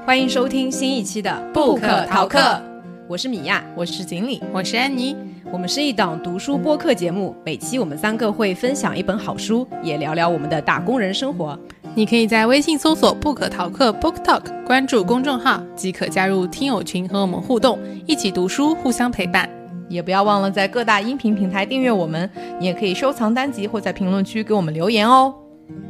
欢迎收听新一期的不可逃课，我是米娅， 我是锦鲤， 我是安妮。 我们是一档读书播客节目，每期我们3个会分享一本好书，也聊聊我们的打工人生活。 你可以在微信搜索不可逃课 Book Talk， 关注公众号即可加入听友群和我们互动，一起读书，互相陪伴。 也不要忘了在各大音频平台订阅我们，你也可以收藏单集或在评论区给我们留言哦。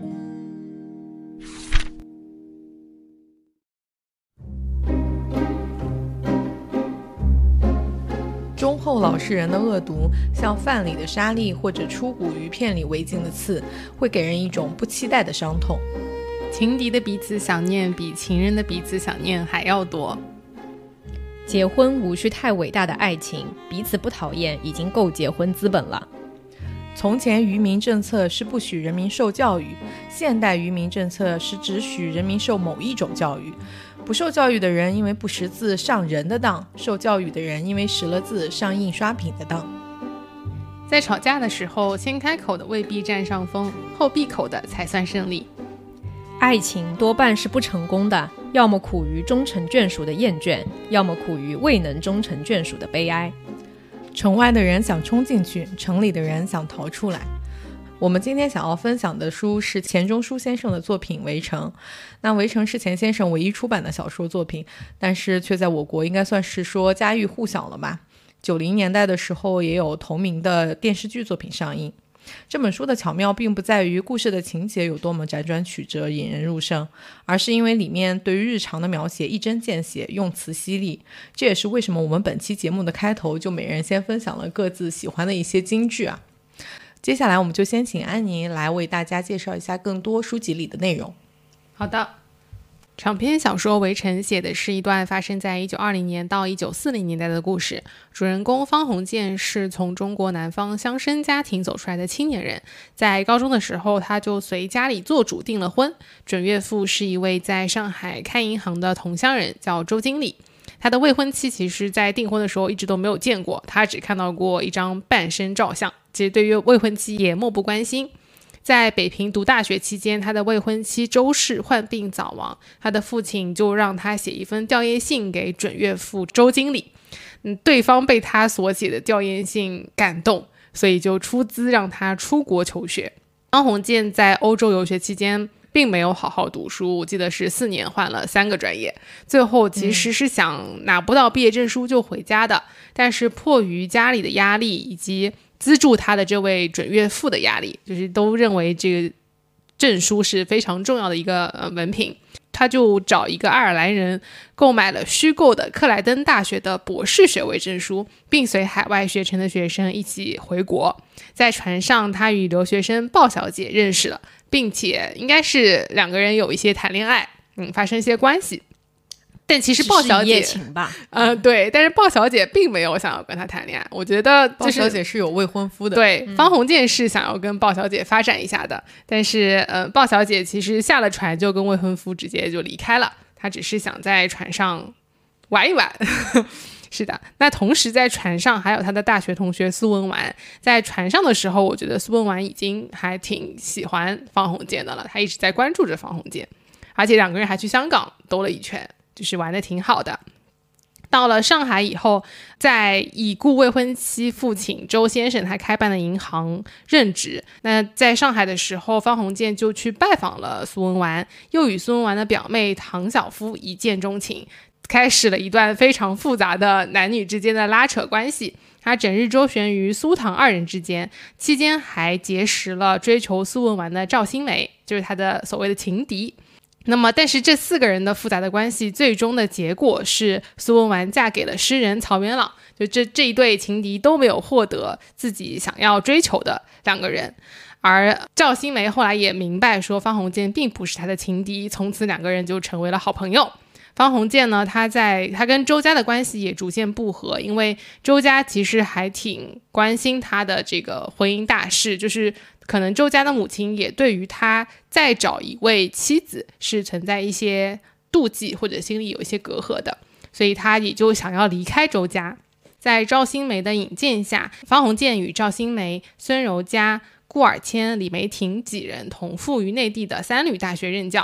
忠厚老实人的恶毒，像饭里的沙粒或者出骨鱼片里未尽的刺，会给人一种不期待的伤痛。 情敌的彼此想念比情人的彼此想念还要多。 结婚无需太伟大的爱情，彼此不讨厌已经够结婚资本了。 从前愚民政策是不许人民受教育，现代愚民政策是只许人民受某一种教育。不受教育的人因为不识字上人的当，受教育的人因为识了字上印刷品的当。 在吵架的时候，先开口的未必占上风，后闭口的才算胜利。 爱情多半是不成功的，要么苦于终成眷属的厌倦，要么苦于未能终成眷属的悲哀。 城外的人想冲进去，城里的人想逃出来。我们今天想要分享的书是钱钟书先生的作品《围城》。那《围城》是钱先生唯一出版的小说作品，但是却在我国应该算是说家喻户晓了吧。90年代的时候也有同名的电视剧作品上映。这本书的巧妙并不在于故事的情节有多么辗转曲折引人入胜，而是因为里面对于日常的描写一针见血，用词犀利。这也是为什么我们本期节目的开头就每人先分享了各自喜欢的一些金句啊。接下来我们就先请安妮来为大家介绍一下更多书籍里的内容。 好的，长篇小说《围城》写的是一段发生在1920年到1940年代的故事。主人公方鸿渐是从中国南方乡绅家庭走出来的青年人，在高中的时候他就随家里做主订了婚，准岳父是一位在上海开银行的同乡人，叫周经理。他的未婚妻其实在订婚的时候一直都没有见过，他只看到过一张半身照相，其实对于未婚妻也漠不关心。在北平读大学期间，他的未婚妻周氏患病早亡，他的父亲就让他写一封吊唁信给准岳父周经理。对方被他所写的吊唁信感动，所以就出资让他出国求学。方鸿渐在欧洲游学期间并没有好好读书，我记得是4年换了3个专业，最后其实是想拿不到毕业证书就回家的，但是迫于家里的压力以及资助他的这位准岳父的压力，就是都认为这个证书是非常重要的一个文凭，他就找一个爱尔兰人购买了虚构的克莱登大学的博士学位证书，并随海外学成的学生一起回国。在船上，他与留学生鲍小姐认识了，并且应该是2个人有一些谈恋爱，发生一些关系。但其实鲍小姐对，但是鲍小姐并没有想要跟他谈恋爱。我觉得鲍小姐是有未婚夫的。 对，方鸿渐是想要跟鲍小姐发展一下的，但是鲍小姐其实下了船就跟未婚夫直接就离开了，她只是想在船上玩一玩。是的，那同时在船上还有他的大学同学苏文纨。在船上的时候，我觉得苏文纨已经还挺喜欢方鸿渐的了，他一直在关注着方鸿渐，而且2个人还去香港兜了一圈，就是玩得挺好的。到了上海以后，在已故未婚妻父亲周先生他开办的银行任职。那在上海的时候，方鸿渐就去拜访了苏文纨，又与苏文纨的表妹唐晓夫一见钟情，开始了一段非常复杂的男女之间的拉扯关系。他整日周旋于苏唐2人之间，期间还结识了追求苏文纨的赵新梅，就是他的所谓的情敌。那么但是这4个人的复杂的关系最终的结果是苏文纨嫁给了诗人曹元朗，就这一对情敌都没有获得自己想要追求的2个人。而赵新梅后来也明白说方鸿渐并不是他的情敌，从此2个人就成为了好朋友。方鸿渐呢，他跟周家的关系也逐渐不和，因为周家其实还挺关心他的这个婚姻大事，就是可能周家的母亲也对于他再找一位妻子是存在一些妒忌或者心里有一些隔阂的，所以他也就想要离开周家。在赵新梅的引荐下，方鸿渐与赵新梅、孙柔嘉、顾尔谦、李梅婷几人同赴于内地的3旅大学任教，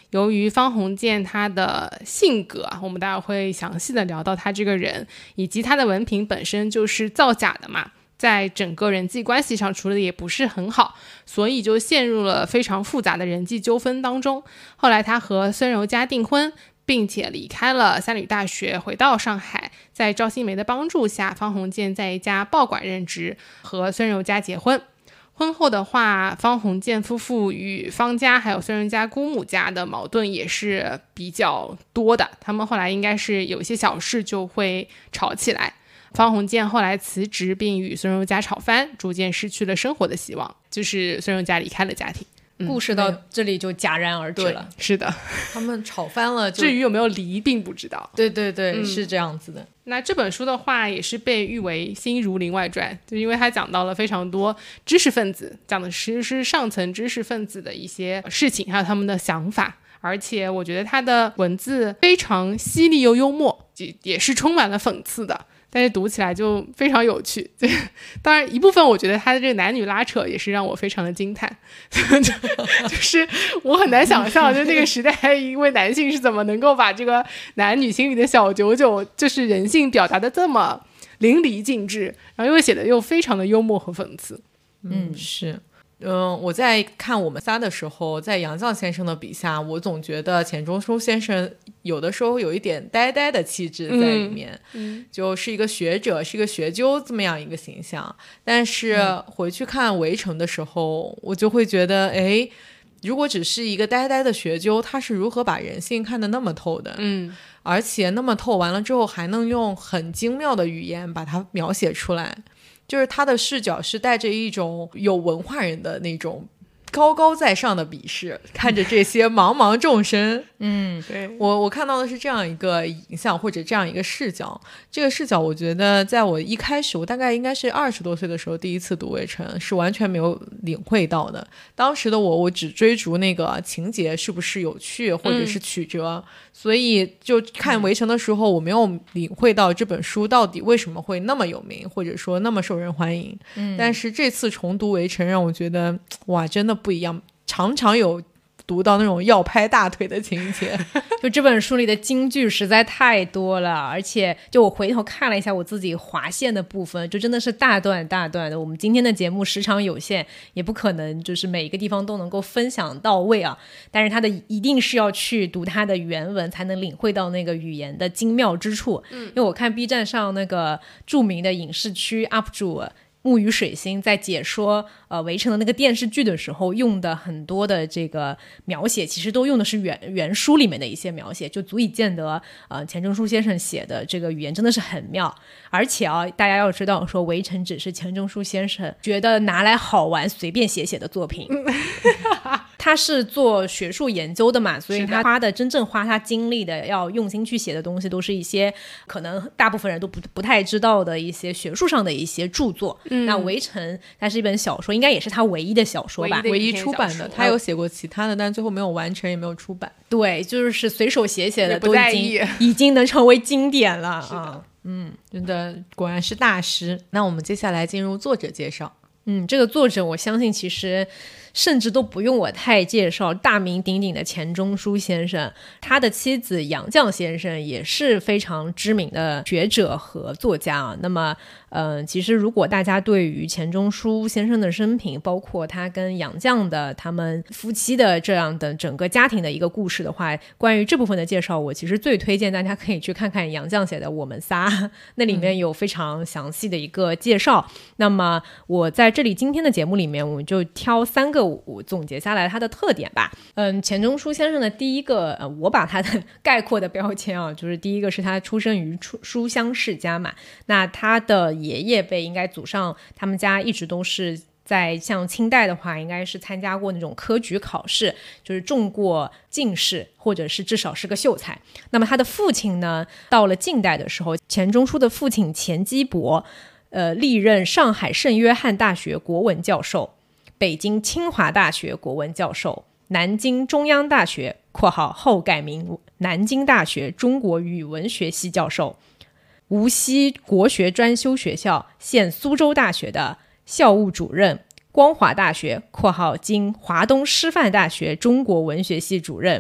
由于方鸿渐他的性格我们待会会详细的聊到他这个人，以及他的文凭本身就是造假的嘛，在整个人际关系上处理的也不是很好，所以就陷入了非常复杂的人际纠纷当中。后来他和孙柔嘉订婚，并且离开了三旅大学回到上海，在赵新梅的帮助下，方鸿渐在一家报馆任职，和孙柔嘉结婚。婚后的话，方鸿渐夫妇与方家还有孙柔嘉姑母家的矛盾也是比较多的，他们后来应该是有一些小事就会吵起来。方鸿渐后来辞职并与孙柔嘉吵翻，逐渐失去了生活的希望，就是孙柔嘉离开了家庭。 故事到这里就戛然而止了。 是的， 他们吵翻了， 至于有没有离并不知道。 对对对，是这样子的。 那这本书的话也是被誉为新儒林外传，就因为它讲到了非常多知识分子，讲的是上层知识分子的一些事情还有他们的想法，而且我觉得他的文字非常犀利又幽默，也是充满了讽刺的，但是读起来就非常有趣。当然一部分我觉得他的这个男女拉扯也是让我非常的惊叹就是我很难想象就那个时代一位男性是怎么能够把这个男女心里的小九九就是人性表达的这么淋漓尽致，然后因为写的又非常的幽默和讽刺。 是我在看我们仨的时候，在杨绛先生的笔下，我总觉得钱钟书先生有的时候有一点呆呆的气质在里面，就是一个学者，是一个学究这么样一个形象。但是回去看《围城》的时候，我就会觉得，哎，如果只是一个呆呆的学究，他是如何把人性看得那么透的？而且那么透完了之后，还能用很精妙的语言把它描写出来。就是他的视角是带着一种有文化人的那种高高在上的鄙视，看着这些茫茫众生。 对， 我看到的是这样一个影像或者这样一个视角。这个视角我觉得在我一开始，我大概应该是20多岁的时候第一次读《围城》，是完全没有领会到的。当时的我只追逐那个情节是不是有趣或者是曲折，所以就看《围城》的时候，我没有领会到这本书到底为什么会那么有名，或者说那么受人欢迎。但是这次重读《围城》让我觉得哇，真的不一样，常常有读到那种要拍大腿的情节就这本书里的金句实在太多了，而且就我回头看了一下我自己划线的部分，就真的是大段大段的。我们今天的节目时长有限，也不可能就是每一个地方都能够分享到位啊，但是它的一定是要去读它的原文才能领会到那个语言的精妙之处。因为我看 B 站上那个著名的影视区 UP 主木鱼水星在解说围城的那个电视剧的时候用的很多的这个描写，其实都用的是原书里面的一些描写，就足以见得钱钟书先生写的这个语言真的是很妙。而且大家要知道说围城只是钱钟书先生觉得拿来好玩随便写的作品他是做学术研究的嘛，所以他真正花他精力的要用心去写的东西都是一些可能大部分人都不太知道的一些学术上的一些著作。那围城它是一本小说，应该也是他唯一的小说吧， 唯一出版的。他有写过其他的，但最后没有完成，也没有出版。 对，就是随手写的都已经能成为经典了啊。 真的果然是大师。那我们接下来进入作者介绍。 这个作者我相信其实甚至都不用我太介绍，大名鼎鼎的钱钟书先生，他的妻子杨绛先生也是非常知名的学者和作家啊。那么其实如果大家对于钱钟书先生的生平，包括他跟杨绛的他们夫妻的这样的整个家庭的一个故事的话，关于这部分的介绍，我其实最推荐大家可以去看看杨绛写的《我们仨》，那里面有非常详细的一个介绍。那么我在这里今天的节目里面，我们就挑3个我总结下来它的特点吧。钱钟书先生的第一个我把他的概括的标签啊，就是第一个是他出生于书香世家嘛，那他的爷爷辈应该祖上他们家一直都是在像清代的话应该是参加过那种科举考试，就是中过进士或者是至少是个秀才。那么他的父亲呢，到了近代的时候，钱钟书的父亲钱基博历任上海圣约翰大学国文教授，北京清华大学国文教授，南京中央大学（括号后改名南京大学中国语文学系教授），无锡国学专修学校现苏州大学的校务主任，光华大学（括号今华东师范大学中国文学系主任），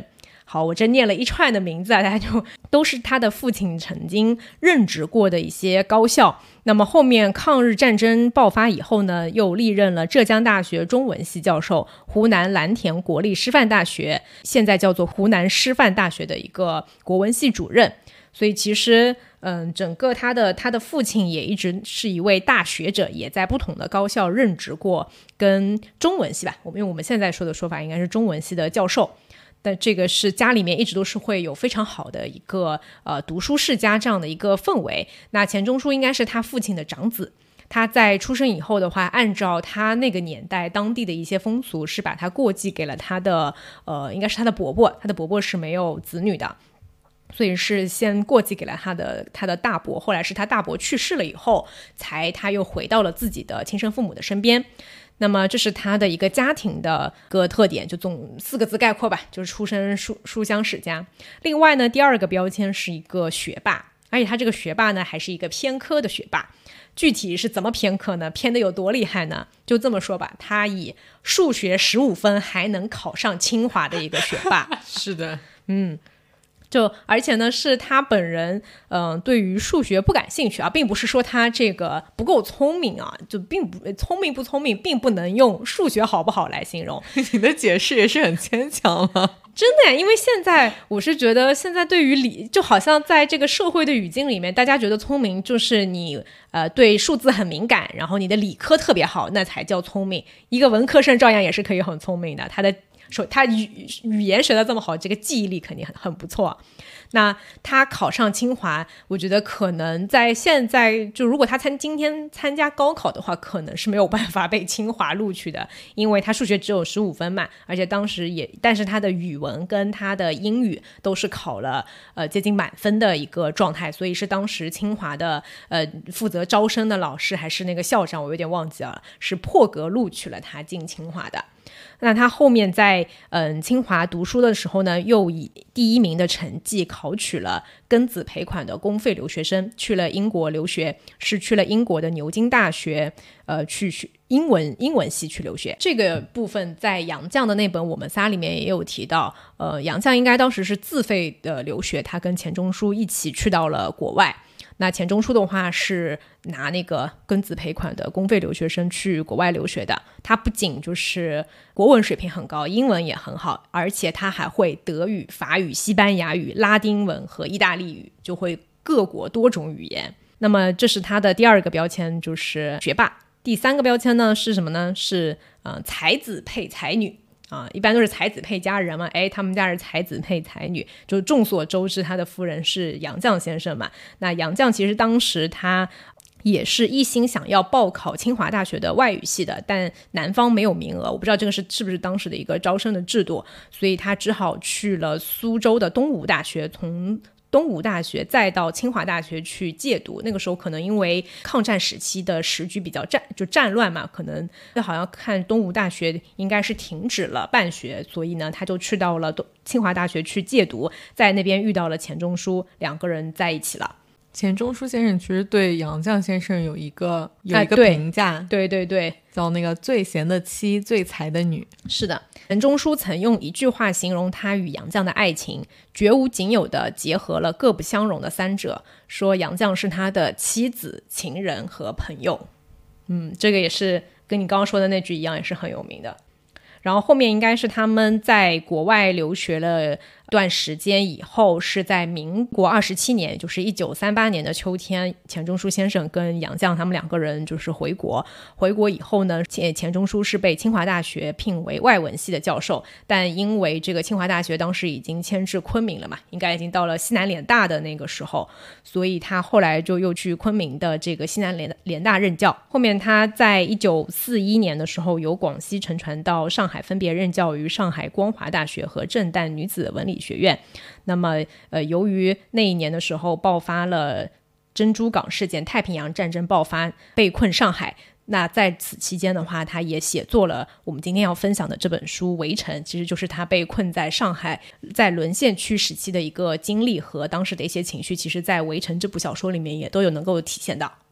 好，我这念了一串的名字啊，大家就都是他的父亲曾经任职过的一些高校。那么后面抗日战争爆发以后呢，又历任了浙江大学中文系教授、湖南蓝田国立师范大学（现在叫做湖南师范大学）的一个国文系主任。所以其实整个他的父亲也一直是一位大学者，也在不同的高校任职过，跟中文系吧，因为我们现在说的说法应该是中文系的教授。但这个是家里面一直都是会有非常好的一个读书世家这样的一个氛围。那钱钟书应该是他父亲的长子，他在出生以后的话，按照他那个年代当地的一些风俗，是把他过继给了他的应该是他的伯伯，他的伯伯是没有子女的，所以是先过继给了他的大伯，后来是他大伯去世了以后，他又回到了自己的亲生父母的身边。那么这是他的一个家庭的个特点，就总4个字概括吧，就是出身书香世家。另外呢，第二个标签是一个学霸，而且他这个学霸呢还是一个偏科的学霸。具体是怎么偏科呢？偏的有多厉害呢？就这么说吧，他以数学15分还能考上清华的一个学霸。 是的， 而且呢，是他本人对于数学不感兴趣啊，并不是说他这个不够聪明啊，就并不聪明不聪明，并不能用数学好不好来形容。 你的解释也是很牵强了。 真的，因为现在我是觉得，现在对于就好像在这个社会的语境里面，大家觉得聪明就是你对数字很敏感，然后你的理科特别好，那才叫聪明。一个文科生照样也是可以很聪明的，他语言学得这么好，这个记忆力肯定很不错。那他考上清华，我觉得可能在现在，就如果他今天参加高考的话，可能是没有办法被清华录取的，因为他数学只有15分嘛，而且当时但是他的语文跟他的英语都是考了接近满分的一个状态，所以是当时清华的负责招生的老师还是那个校长，我有点忘记了，是破格录取了他进清华的。那他后面在清华读书的时候呢，又以第1名的成绩考取了庚子赔款的公费留学生，去了英国留学，是去了英国的牛津大学去英文系去留学。这个部分在杨绛的那本《我们仨》里面也有提到，杨绛应该当时是自费的留学，他跟钱钟书一起去到了国外。那钱钟书的话是拿那个庚子赔款的公费留学生去国外留学的，他不仅就是国文水平很高，英文也很好，而且他还会德语、法语、西班牙语、拉丁文和意大利语，就会各国多种语言。那么这是他的第2个标签，就是学霸。第3个标签呢是什么呢？是才子配才女。一般都是才子配佳人嘛，他们家是才子配才女，就众所周知他的夫人是杨绛先生嘛。那杨绛其实当时他也是一心想要报考清华大学的外语系的，但南方没有名额，我不知道这个是不是当时的一个招生的制度，所以他只好去了苏州的东吴大学，从东吴大学再到清华大学去借读。那个时候可能因为抗战时期的时局比较战乱嘛，可能好像看东吴大学应该是停止了办学，所以呢他就去到了清华大学去借读，在那边遇到了钱钟书，2个人在一起了。 钱钟书先生其实对杨绛先生有一个评价， 对， 叫那个最贤的妻，最才的女。 是的，钱钟书曾用一句话形容他与杨绛的爱情，绝无仅有的结合了各不相容的3者，说杨绛是他的妻子、情人和朋友。这个也是跟你刚刚说的那句一样，也是很有名的。然后后面应该是他们在国外留学了段时间以后，是在民国27年，就是1938年的秋天，钱钟书先生跟杨绛他们2个人就是回国以后呢，钱钟书是被清华大学聘为外文系的教授，但因为这个清华大学当时已经迁至昆明了嘛，应该已经到了西南联大的那个时候，所以他后来就又去昆明的这个西南联大任教。后面他在1941年的时候由广西乘船到上海，分别任教于上海光华大学和震旦女子文理学院。那么由于那一年的时候爆发了珍珠港事件，太平洋战争爆发，被困上海。那在此期间的话，他也写作了我们今天要分享的这本书《围城》，其实就是他被困在上海在沦陷区时期的一个经历和当时的一些情绪，其实在《围城》这部小说里面也都有能够体现到。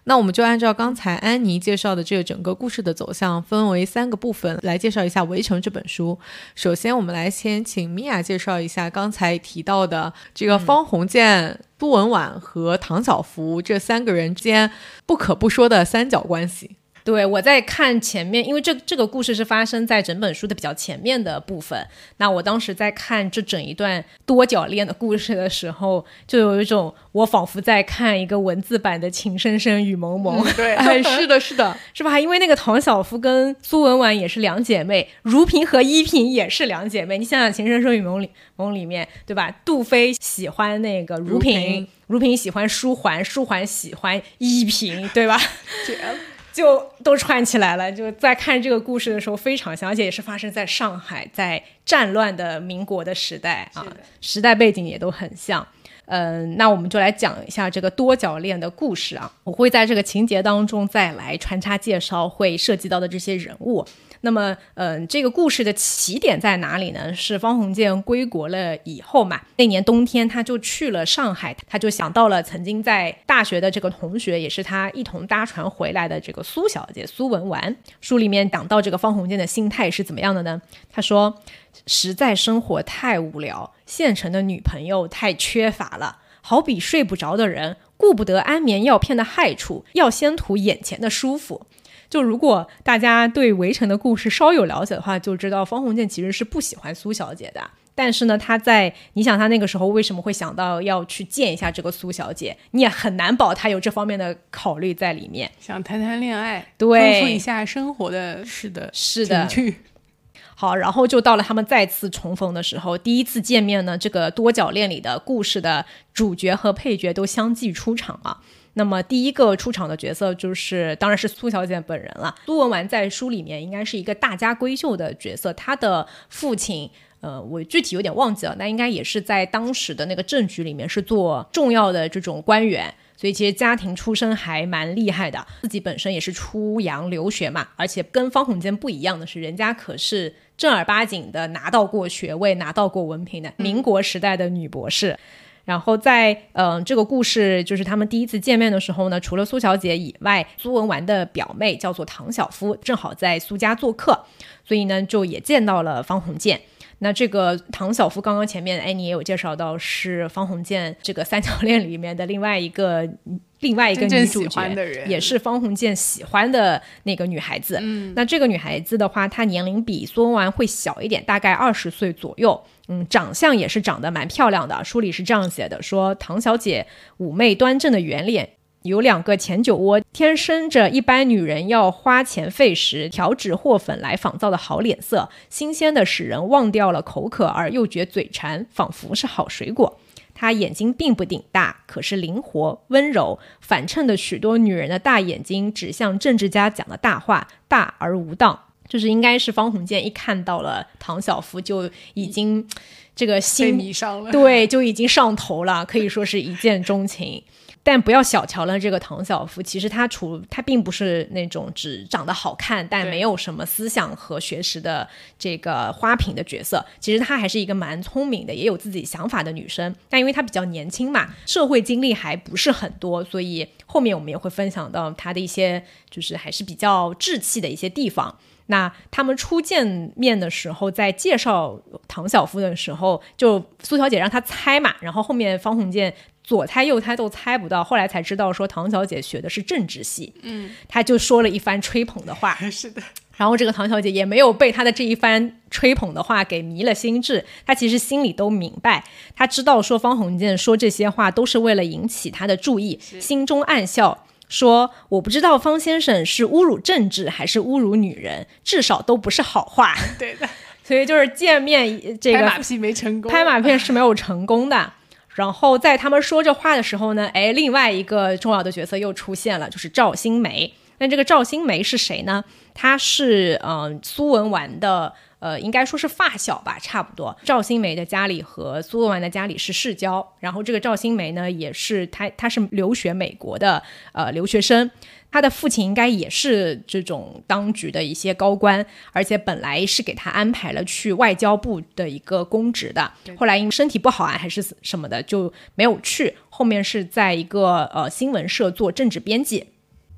那我们就按照刚才安妮介绍的这个整个故事的走向，分为3个部分来介绍一下《围城》这本书。首先我们来先请米娅介绍一下刚才提到的这个方鸿渐、苏文琬和唐晓芙这3个人之间不可不说的三角关系。 对，我在看前面，因为这个故事是发生在整本书的比较前面的部分，那我当时在看这整一段多角恋的故事的时候，就有一种我仿佛在看一个文字版的《情深深雨蒙蒙》。 对，哎，是的是的是吧？因为那个唐晓芙跟苏文琬也是两姐妹，如萍和依萍也是两姐妹。你想想《情深深雨蒙蒙》里面，对吧？杜妃喜欢那个如萍，如萍喜欢舒缓，舒缓喜欢依萍，对吧？ 绝了， 就都串起来了。就在看这个故事的时候非常像，而且也是发生在上海，在战乱的民国的时代啊，时代背景也都很像。那我们就来讲一下这个多角恋的故事啊。我会在这个情节当中再来穿插介绍会涉及到的这些人物。那么这个故事的起点在哪里呢？是方鸿渐归国了以后嘛，那年冬天他就去了上海，他就想到了曾经在大学的这个同学，也是他一同搭船回来的这个苏小姐苏文琬。书里面讲到这个方鸿渐的心态是怎么样的呢？他说，实在生活太无聊，现成的女朋友太缺乏了，好比睡不着的人，顾不得安眠药片的害处，要先图眼前的舒服。就如果大家对围城的故事稍有了解的话，就知道方鸿渐其实是不喜欢苏小姐的。但是呢，你想他那个时候为什么会想到要去见一下这个苏小姐，你也很难保他有这方面的考虑在里面， 想谈谈恋爱， 对， 丰富一下生活的是的情趣。好，然后就到了他们再次重逢的时候，第一次见面呢，这个多角恋里的故事的主角和配角都相继出场了。那么第一个出场的角色当然是苏小姐本人了。苏文琬在书里面应该是一个大家闺秀的角色，她的父亲我具体有点忘记了，但应该也是在当时的那个政局里面是做重要的这种官员，所以其实家庭出身还蛮厉害的，自己本身也是出洋留学嘛，而且跟方鸿渐不一样的是，人家可是正儿八经的拿到过学位拿到过文凭的民国时代的女博士。然后在这个故事就是他们第一次见面的时候呢，除了苏小姐以外，苏文琬的表妹叫做唐晓芙正好在苏家做客，所以呢就也见到了方鸿渐。那这个唐晓芙刚刚前面你也有介绍到，是方鸿渐这个三角恋里面的另外一个女主角，也是方鸿渐喜欢的那个女孩子。那这个女孩子的话，她年龄比苏文琬会小一点，大概20岁左右。长相也是长得蛮漂亮的，书里是这样写的，说唐小姐妩媚端正的圆脸，有2个前酒窝，天生着一般女人要花钱费时调脂或粉来仿造的好脸色，新鲜的使人忘掉了口渴而又觉嘴馋，仿佛是好水果。她眼睛并不顶大，可是灵活温柔，反衬的许多女人的大眼睛指向政治家讲的大话，大而无当。就是应该是方鸿渐一看到了唐晓芙就已经这个心被迷上了， 对，就已经上头了，可以说是一见钟情。但不要小瞧了这个唐晓芙，其实她并不是那种只长得好看但没有什么思想和学识的这个花瓶的角色，其实她还是一个蛮聪明的，也有自己想法的女生。但因为她比较年轻嘛，社会经历还不是很多，所以后面我们也会分享到她的一些就是还是比较稚气的一些地方。那他们初见面的时候，在介绍唐晓芙的时候，就苏小姐让她猜嘛，然后后面方鸿渐左猜右猜都猜不到，后来才知道说唐小姐学的是政治系，她就说了一番吹捧的话， 是的。 然后这个唐小姐也没有被她的这一番吹捧的话给迷了心智，她其实心里都明白，她知道说方鸿渐说这些话都是为了引起她的注意，心中暗笑。说我不知道方先生是侮辱政治还是侮辱女人，至少都不是好话。 对的， 所以就是见面这个拍马屁没成功， 拍马屁是没有成功的。然后在他们说这话的时候呢，另外一个重要的角色又出现了，就是赵新梅。那这个赵新梅是谁呢？她是苏文琬的应该说是发小吧，差不多。赵新梅的家里和苏文琬的家里是世交，然后这个赵新梅呢，也是她是留学美国的留学生，她的父亲应该也是这种当局的一些高官，而且本来是给她安排了去外交部的一个公职的，后来因为身体不好还是什么的就没有去，后面是在一个新闻社做政治编辑。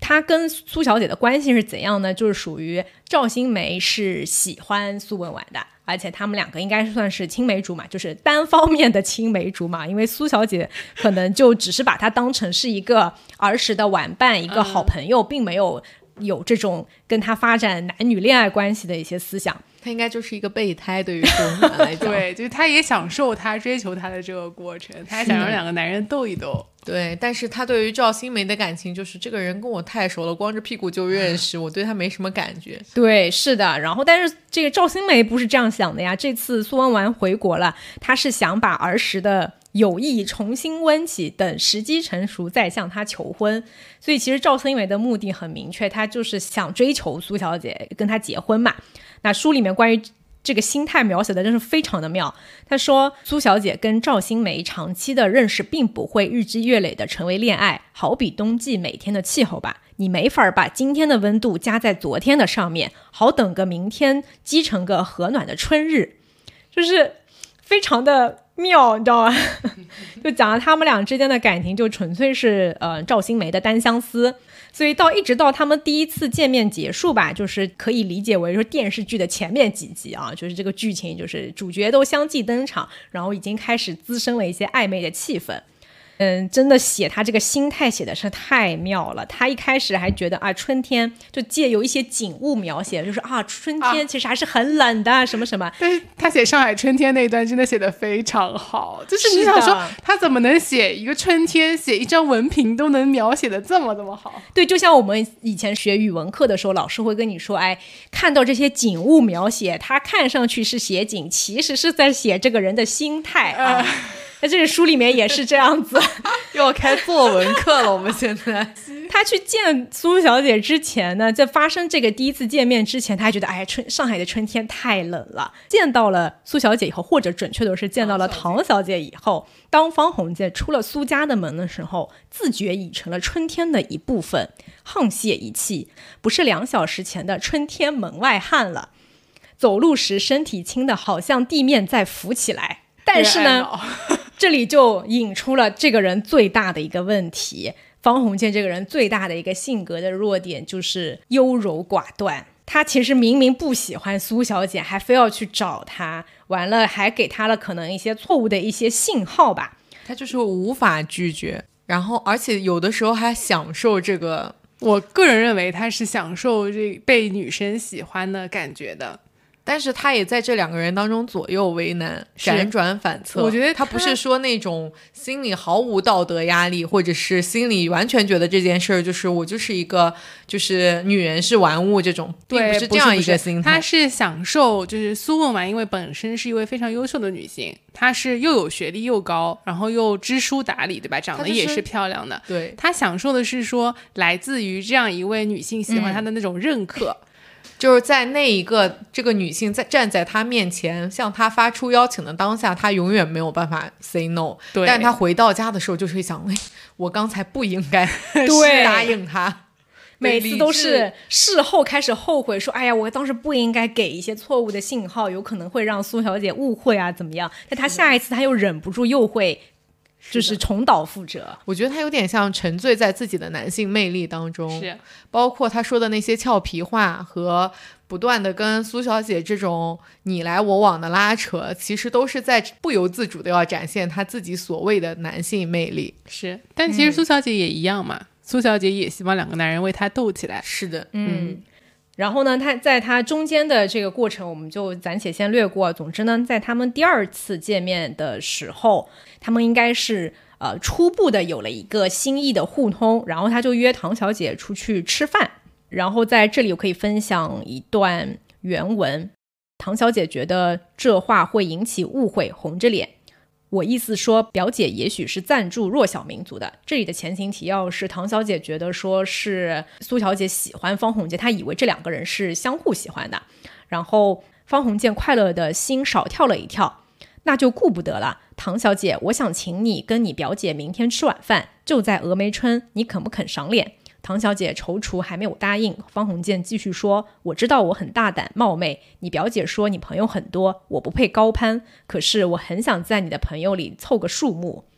他跟苏小姐的关系是怎样呢？就是属于赵新梅是喜欢苏文纨的，而且他们两个应该算是青梅竹马，就是单方面的青梅竹马，因为苏小姐可能就只是把他当成是一个儿时的玩伴，一个好朋友，并没有这种跟他发展男女恋爱关系的一些思想。 他应该就是一个备胎，对于苏文纨来讲。 对，就是他也享受他追求他的这个过程，他还想让两个男人斗一斗。 对，但是他对于赵新梅的感情就是这个人跟我太熟了，光着屁股就认识，我对他没什么感觉。 对，是的。然后但是这个赵新梅不是这样想的呀，这次苏文纨回国了，他是想把儿时的友谊重新温起，等时机成熟再向他求婚。所以其实赵新梅的目的很明确，他就是想追求苏小姐，跟他结婚嘛。那书里面关于这个心态描写的真是非常的妙。他说苏小姐跟赵新梅长期的认识并不会日积月累的成为恋爱，好比冬季每天的气候吧，你没法把今天的温度加在昨天的上面，好等个明天积成个和暖的春日。就是非常的妙，你知道吗？就讲了他们俩之间的感情就纯粹是赵新梅的单相思。所以一直到他们第一次见面结束吧，就是可以理解为说电视剧的前面几集啊，就是这个剧情就是主角都相继登场，然后已经开始滋生了一些暧昧的气氛。真的写他这个心态写的是太妙了。他一开始还觉得啊，春天就借由一些景物描写，就是啊，春天其实还是很冷的，什么什么。 但是他写上海春天那一段真的写的非常好，就是你想说他怎么能写一个春天，写一张文凭都能描写的这么好？ 对，就像我们以前学语文课的时候，老师会跟你说，哎，看到这些景物描写，他看上去是写景，其实是在写这个人的心态啊。在这个书里面也是这样子。 又要开作文课了，我们现在。 他去见苏小姐之前呢，在发生这个第一次见面之前，他还觉得哎，上海的春天太冷了。见到了苏小姐以后，或者准确的是见到了唐小姐以后，当方鸿渐出了苏家的门的时候，自觉已成了春天的一部分，沆瀣一气，不是2小时前的春天门外汉了。走路时身体轻的好像地面在浮起来。但是呢，这里就引出了这个人最大的一个问题。方鸿渐这个人最大的一个性格的弱点就是优柔寡断。他其实明明不喜欢苏小姐，还非要去找她，完了还给她了可能一些错误的一些信号吧。 他就是无法拒绝，然后而且有的时候还享受这个。 我个人认为他是享受这被女生喜欢的感觉的。 但是他也在这两个人当中左右为难，辗转反侧。 我觉得他不是说那种心里毫无道德压力，或者是心里完全觉得这件事儿就是我就是一个就是女人是玩物这种，并不是这样一个心态。 他是享受，就是苏文纨因为本身是一位非常优秀的女性，她是又有学历又高，然后又知书达理，对吧？长得也是漂亮的。 对， 她享受的是说来自于这样一位女性喜欢她的那种认可。 就是在那一个这个女性站在他面前向他发出邀请的当下，他永远没有办法 say no。 对， 但是他回到家的时候就是会想，哎，我刚才不应该答应他。 每次都是事后开始后悔说，哎呀，我当时不应该给一些错误的信号，有可能会让苏小姐误会啊怎么样。但他下一次他又忍不住又会就是重蹈覆辙。 我觉得他有点像沉醉在自己的男性魅力当中， 是包括他说的那些俏皮话和不断的跟苏小姐这种你来我往的拉扯，其实都是在不由自主的要展现他自己所谓的男性魅力。 是，但其实苏小姐也一样嘛，苏小姐也希望两个男人为她斗起来。 是的， 然后呢，在他中间的这个过程我们就暂且先略过。总之呢，在他们第二次见面的时候，他们应该是初步的有了一个心意的互通，然后他就约唐小姐出去吃饭。然后在这里我可以分享一段原文。唐小姐觉得这话会引起误会，红着脸，我意思说表姐也许是赞助弱小民族的。这里的前情提要是唐小姐觉得说是苏小姐喜欢方鸿渐，她以为这两个人是相互喜欢的。然后方鸿渐快乐的心少跳了一跳，那就顾不得了，唐小姐，我想请你跟你表姐明天吃晚饭，就在峨眉春，你肯不肯赏脸？唐小姐踌躇还没有答应。方鸿渐继续说，我知道我很大胆冒昧，你表姐说你朋友很多，我不配高攀，可是我很想在你的朋友里凑个数目。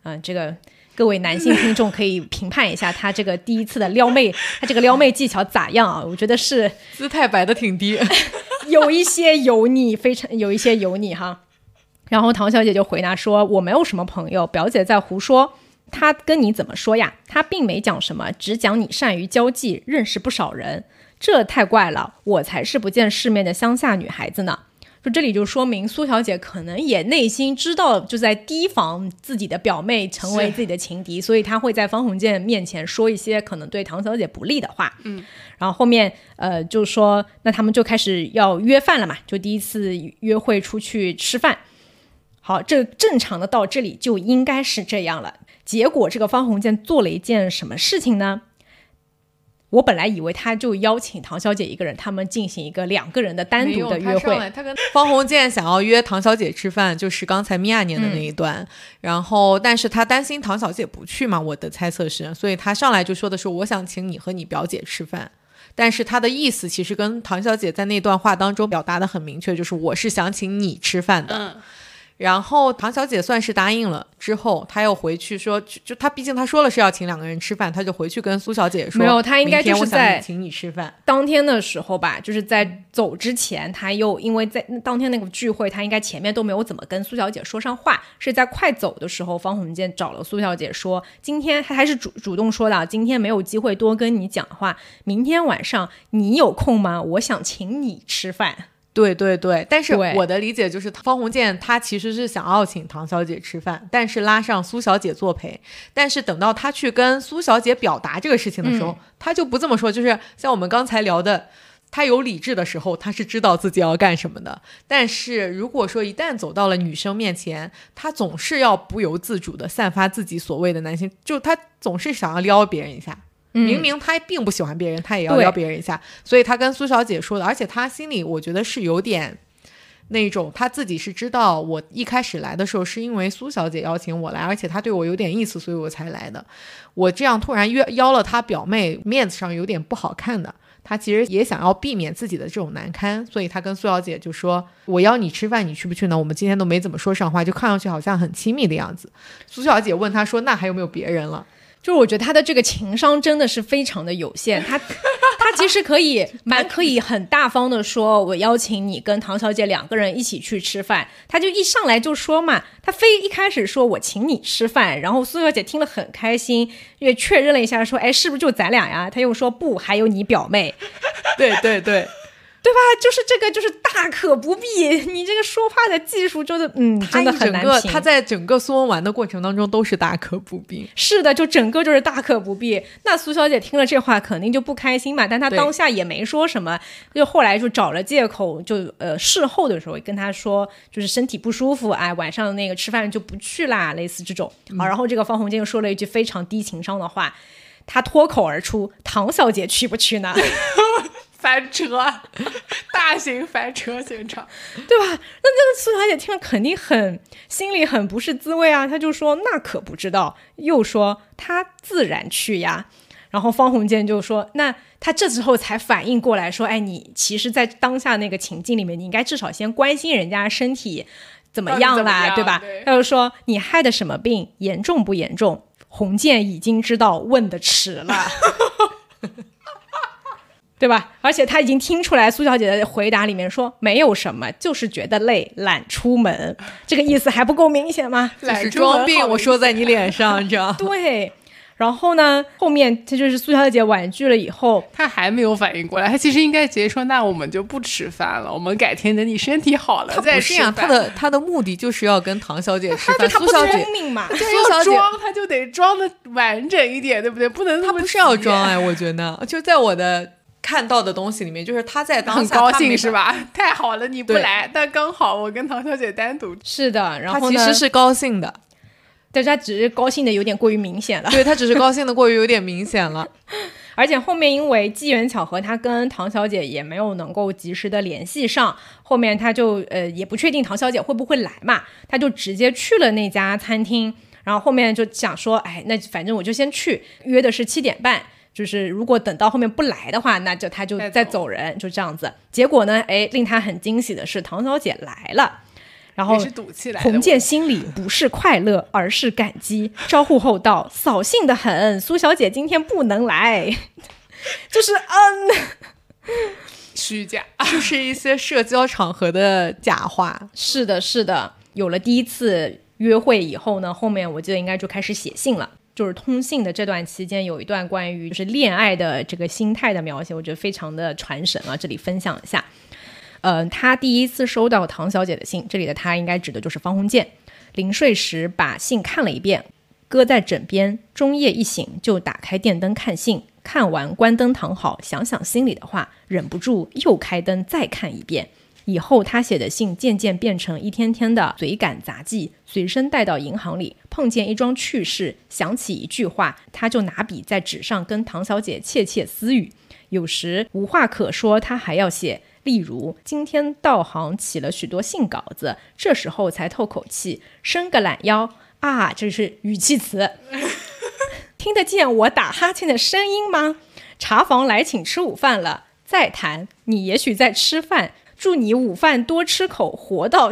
这个各位男性听众可以评判一下他这个第一次的撩妹，他这个撩妹技巧咋样啊？我觉得是姿态摆得挺低， 有一些油腻，非常有一些油腻哈。然后唐小姐就回答说，我没有什么朋友，表姐在胡说。她跟你怎么说呀？她并没讲什么，只讲你善于交际，认识不少人。这太怪了，我才是不见世面的乡下女孩子呢。就这里就说明苏小姐可能也内心知道，就在提防自己的表妹成为自己的情敌，所以她会在方鸿渐面前说一些可能对唐小姐不利的话。然后后面就说那他们就开始要约饭了嘛，就第一次约会出去吃饭。好，这正常的到这里就应该是这样了。结果这个方鸿渐做了一件什么事情呢？我本来以为他就邀请唐小姐一个人，他们进行一个2个人的单独的约会。 他跟方鸿渐想要约唐小姐吃饭，就是刚才米娅念的那一段。然后，但是他担心唐小姐不去嘛，我的猜测是，所以他上来就说的是我想请你和你表姐吃饭。但是他的意思其实跟唐小姐在那段话当中表达的很明确，就是我是想请你吃饭的。然后唐小姐算是答应了之后，她又回去说，就她毕竟她说了是要请2个人吃饭，她就回去跟苏小姐说， 没有，她应该就是在请你吃饭当天的时候吧，就是在走之前，她又因为在当天那个聚会，她应该前面都没有怎么跟苏小姐说上话，是在快走的时候，方鸿渐找了苏小姐说，今天她还是主动说的，今天没有机会多跟你讲话，明天晚上你有空吗？我想请你吃饭。 对对对，但是我的理解就是方鸿渐他其实是想要请唐小姐吃饭，但是拉上苏小姐作陪，但是等到他去跟苏小姐表达这个事情的时候，他就不这么说，就是像我们刚才聊的，他有理智的时候他是知道自己要干什么的，但是如果说一旦走到了女生面前，他总是要不由自主的散发自己所谓的男性，就他总是想要撩别人一下，明明他并不喜欢别人，他也要撩别人一下，所以他跟苏小姐说的，而且他心里我觉得是有点那种他自己是知道我一开始来的时候是因为苏小姐邀请我来，而且他对我有点意思，所以我才来的，我这样突然邀了他表妹，面子上有点不好看的，他其实也想要避免自己的这种难堪，所以他跟苏小姐就说，我邀你吃饭你去不去呢？我们今天都没怎么说上话，就看上去好像很亲密的样子。苏小姐问他说，那还有没有别人了？ 就是我觉得他的这个情商真的是非常的有限，他其实可以很大方的说，我邀请你跟唐小姐2个人一起去吃饭，他就一上来就说嘛，他非一开始说我请你吃饭，然后苏小姐听了很开心，也确认了一下说，哎，是不是就咱俩呀？他又说不，还有你表妹。 对对对对吧？就是这个，就是大可不必。你这个说话的技术真的，真的很难评。 他在整个苏文玩的过程当中都是大可不必。 是的，就整个就是大可不必。那苏小姐听了这话肯定就不开心嘛，但她当下也没说什么，就后来就找了借口，就事后的时候跟她说，就是身体不舒服，哎，晚上那个吃饭就不去啦，类似这种。好，然后这个方鸿渐又说了一句非常低情商的话，他脱口而出：“唐小姐去不去呢？” 翻车，大型翻车现场， 对吧？那个苏小姐听了肯定心里很不是滋味啊，她就说那可不知道，又说她自然去呀。然后方鸿渐就说，那他这时候才反应过来说，哎，你其实在当下那个情境里面，你应该至少先关心人家身体怎么样啦，对吧？他就说你害的什么病，严重不严重？鸿渐已经知道，问的迟了。对吧？而且他已经听出来苏小姐的回答里面说没有什么，就是觉得累，懒出门，这个意思还不够明显吗？ 就是装病，我说在你脸上，这样。 对。然后呢，后面他就是苏小姐婉拒了以后， 他还没有反应过来，他其实应该直接说，那我们就不吃饭了，我们改天等你身体好了再吃饭。 他的目的就是要跟唐小姐吃饭， 他不聪明嘛， 苏小姐装他就得装的完整一点，对不对？不能那么他不是要装哎，我觉得就在我的看到的东西里面，就是他在当下很高兴是吧？太好了，你不来，但刚好我跟唐小姐单独。 是的，然后呢，他其实是高兴的， 但是他只是高兴的有点过于明显了。 对，他只是高兴的过于有点明显了。 而且后面因为机缘巧合，他跟唐小姐也没有能够及时的联系上，后面他就也不确定唐小姐会不会来嘛，他就直接去了那家餐厅，然后后面就想说，哎，那反正我就先去，约的是7点半。就是如果等到后面不来的话，那他就再走人，就这样子。结果呢，哎，令他很惊喜的是唐小姐来了。 然后也是赌气来的。 洪建心里不是快乐，而是感激。招呼后道：“扫兴得很，苏小姐今天不能来。”就是虚假， 就是一些社交场合的假话。 是的，是的。有了第一次约会以后呢，后面我记得应该就开始写信了。就是通信的这段期间，有一段关于就是恋爱的这个心态的描写，我觉得非常的传神啊，这里分享一下。他第一次收到唐小姐的信，这里的他应该指的就是方鸿渐。临睡时把信看了一遍，搁在枕边，中夜一醒就打开电灯看信，看完关灯躺好，想想心里的话，忍不住又开灯再看一遍。以后他写的信渐渐变成一天天的随感杂记，随身带到银行里，碰见一桩趣事，想起一句话，他就拿笔在纸上跟唐小姐窃窃私语。有时无话可说，他还要写，例如今天到行起了许多信稿子，这时候才透口气，伸个懒腰啊，这是语气词听得见我打哈欠的声音吗？茶房来请吃午饭了，再谈，你也许在吃饭，祝你午饭多吃口，活到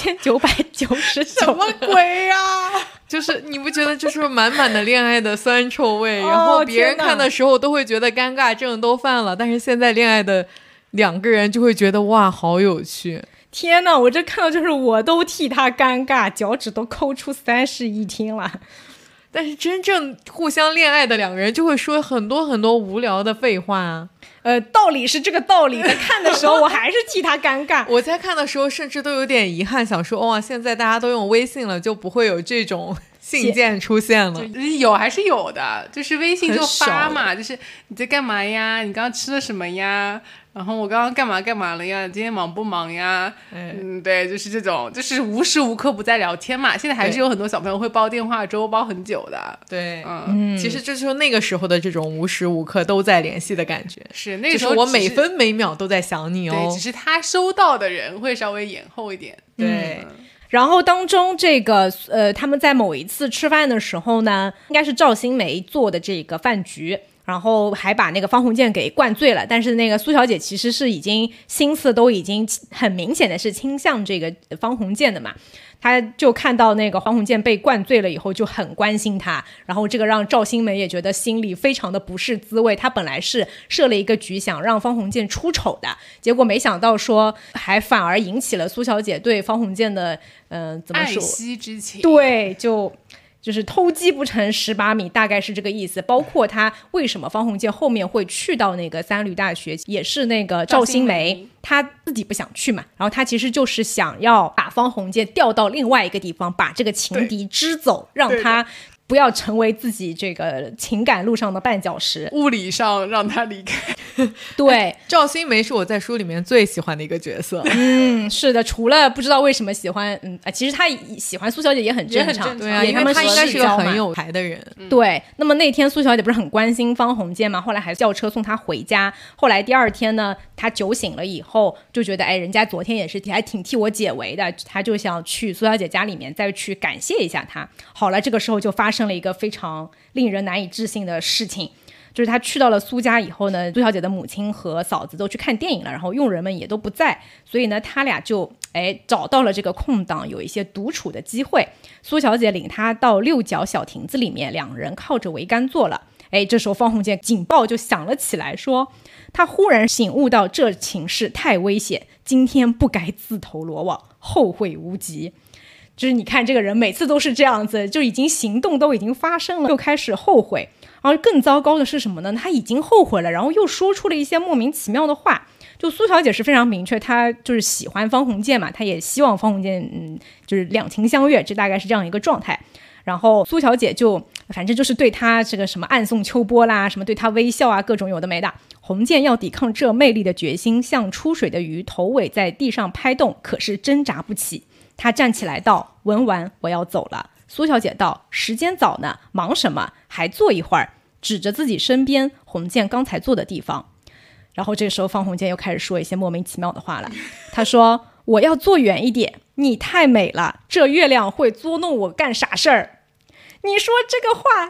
9999。 什么鬼呀、就是你不觉得就是满满的恋爱的酸臭味，然后别人看的时候都会觉得尴尬症都犯了，但是现在恋爱的两个人就会觉得哇好有趣。 天哪，我这看到就是我都替他尴尬，脚趾都抠出3室一厅了。 但是真正互相恋爱的两个人就会说很多很多无聊的废话啊。 道理是这个道理，在看的时候我还是替他尴尬。 我在看的时候甚至都有点遗憾，想说哇，现在大家都用微信了，就不会有这种信件出现了。 有还是有的，就是微信就发嘛，就是你在干嘛呀？你刚刚吃了什么呀？然后我刚刚干嘛干嘛了呀？今天忙不忙呀？对，就是这种，就是无时无刻不在聊天嘛。现在还是有很多小朋友会煲电话粥煲很久的。 对，其实这就是那个时候的这种无时无刻都在联系的感觉。 是那个时候， 就是我每分每秒都在想你哦。 对，只是他收到的人会稍微延后一点。 对。 然后当中这个他们在某一次吃饭的时候呢，应该是赵新梅做的这个饭局，然后还把那个方鸿渐给灌醉了，但是那个苏小姐其实是已经心思都已经很明显的是倾向这个方鸿渐的嘛，她就看到那个方鸿渐被灌醉了以后就很关心他，然后这个让赵新梅也觉得心里非常的不是滋味。她本来是设了一个局想让方鸿渐出丑的，结果没想到说还反而引起了苏小姐对方鸿渐的怎么说爱惜之情。 对，就是偷鸡不成蚀把米，大概是这个意思。包括他为什么方鸿渐后面会去到那个三闾大学，也是那个赵新梅他自己不想去嘛，然后他其实就是想要把方鸿渐调到另外一个地方，把这个情敌支走，让他不要成为自己这个情感路上的绊脚石， 物理上让他离开。 对， 赵新梅是我在书里面最喜欢的一个角色。 是的，除了不知道为什么喜欢，其实他喜欢苏小姐也很正常， 对啊，因为他应该是个很有才的人。 对，那么那天苏小姐不是很关心方鸿渐嘛，后来还叫车送他回家。后来第二天呢，他酒醒了以后就觉得，哎，人家昨天也是还挺替我解围的，他就想去苏小姐家里面再去感谢一下她。好了，这个时候就发生了一个非常令人难以置信的事情。就是他去到了苏家以后呢，苏小姐的母亲和嫂子都去看电影了，然后佣人们也都不在，所以呢他俩就找到了这个空档，有一些独处的机会。苏小姐领他到六角小亭子里面，两人靠着桅杆坐了。这时候方鸿渐警报就响了起来，说他忽然醒悟到这情势太危险，今天不该自投罗网，后会无及。就是你看这个人每次都是这样子，就已经行动都已经发生了，又开始后悔。然后更糟糕的是什么呢？他已经后悔了，然后又说出了一些莫名其妙的话。就苏小姐是非常明确，她就是喜欢方鸿渐嘛，她也希望方鸿渐就是两情相悦，这大概是这样一个状态。然后苏小姐就反正就是对他这个什么暗送秋波啦，什么对他微笑啊，各种有的没的。鸿渐要抵抗这魅力的决心像出水的鱼，头尾在地上拍动，可是挣扎不起。他站起来道：文完，我要走了。苏小姐道：时间早呢，忙什么？还坐一会儿。指着自己身边鸿渐刚才坐的地方。然后这个时候方鸿渐又开始说一些莫名其妙的话了。他说：我要坐远一点，你太美了，这月亮会捉弄我干傻事儿。你说这个话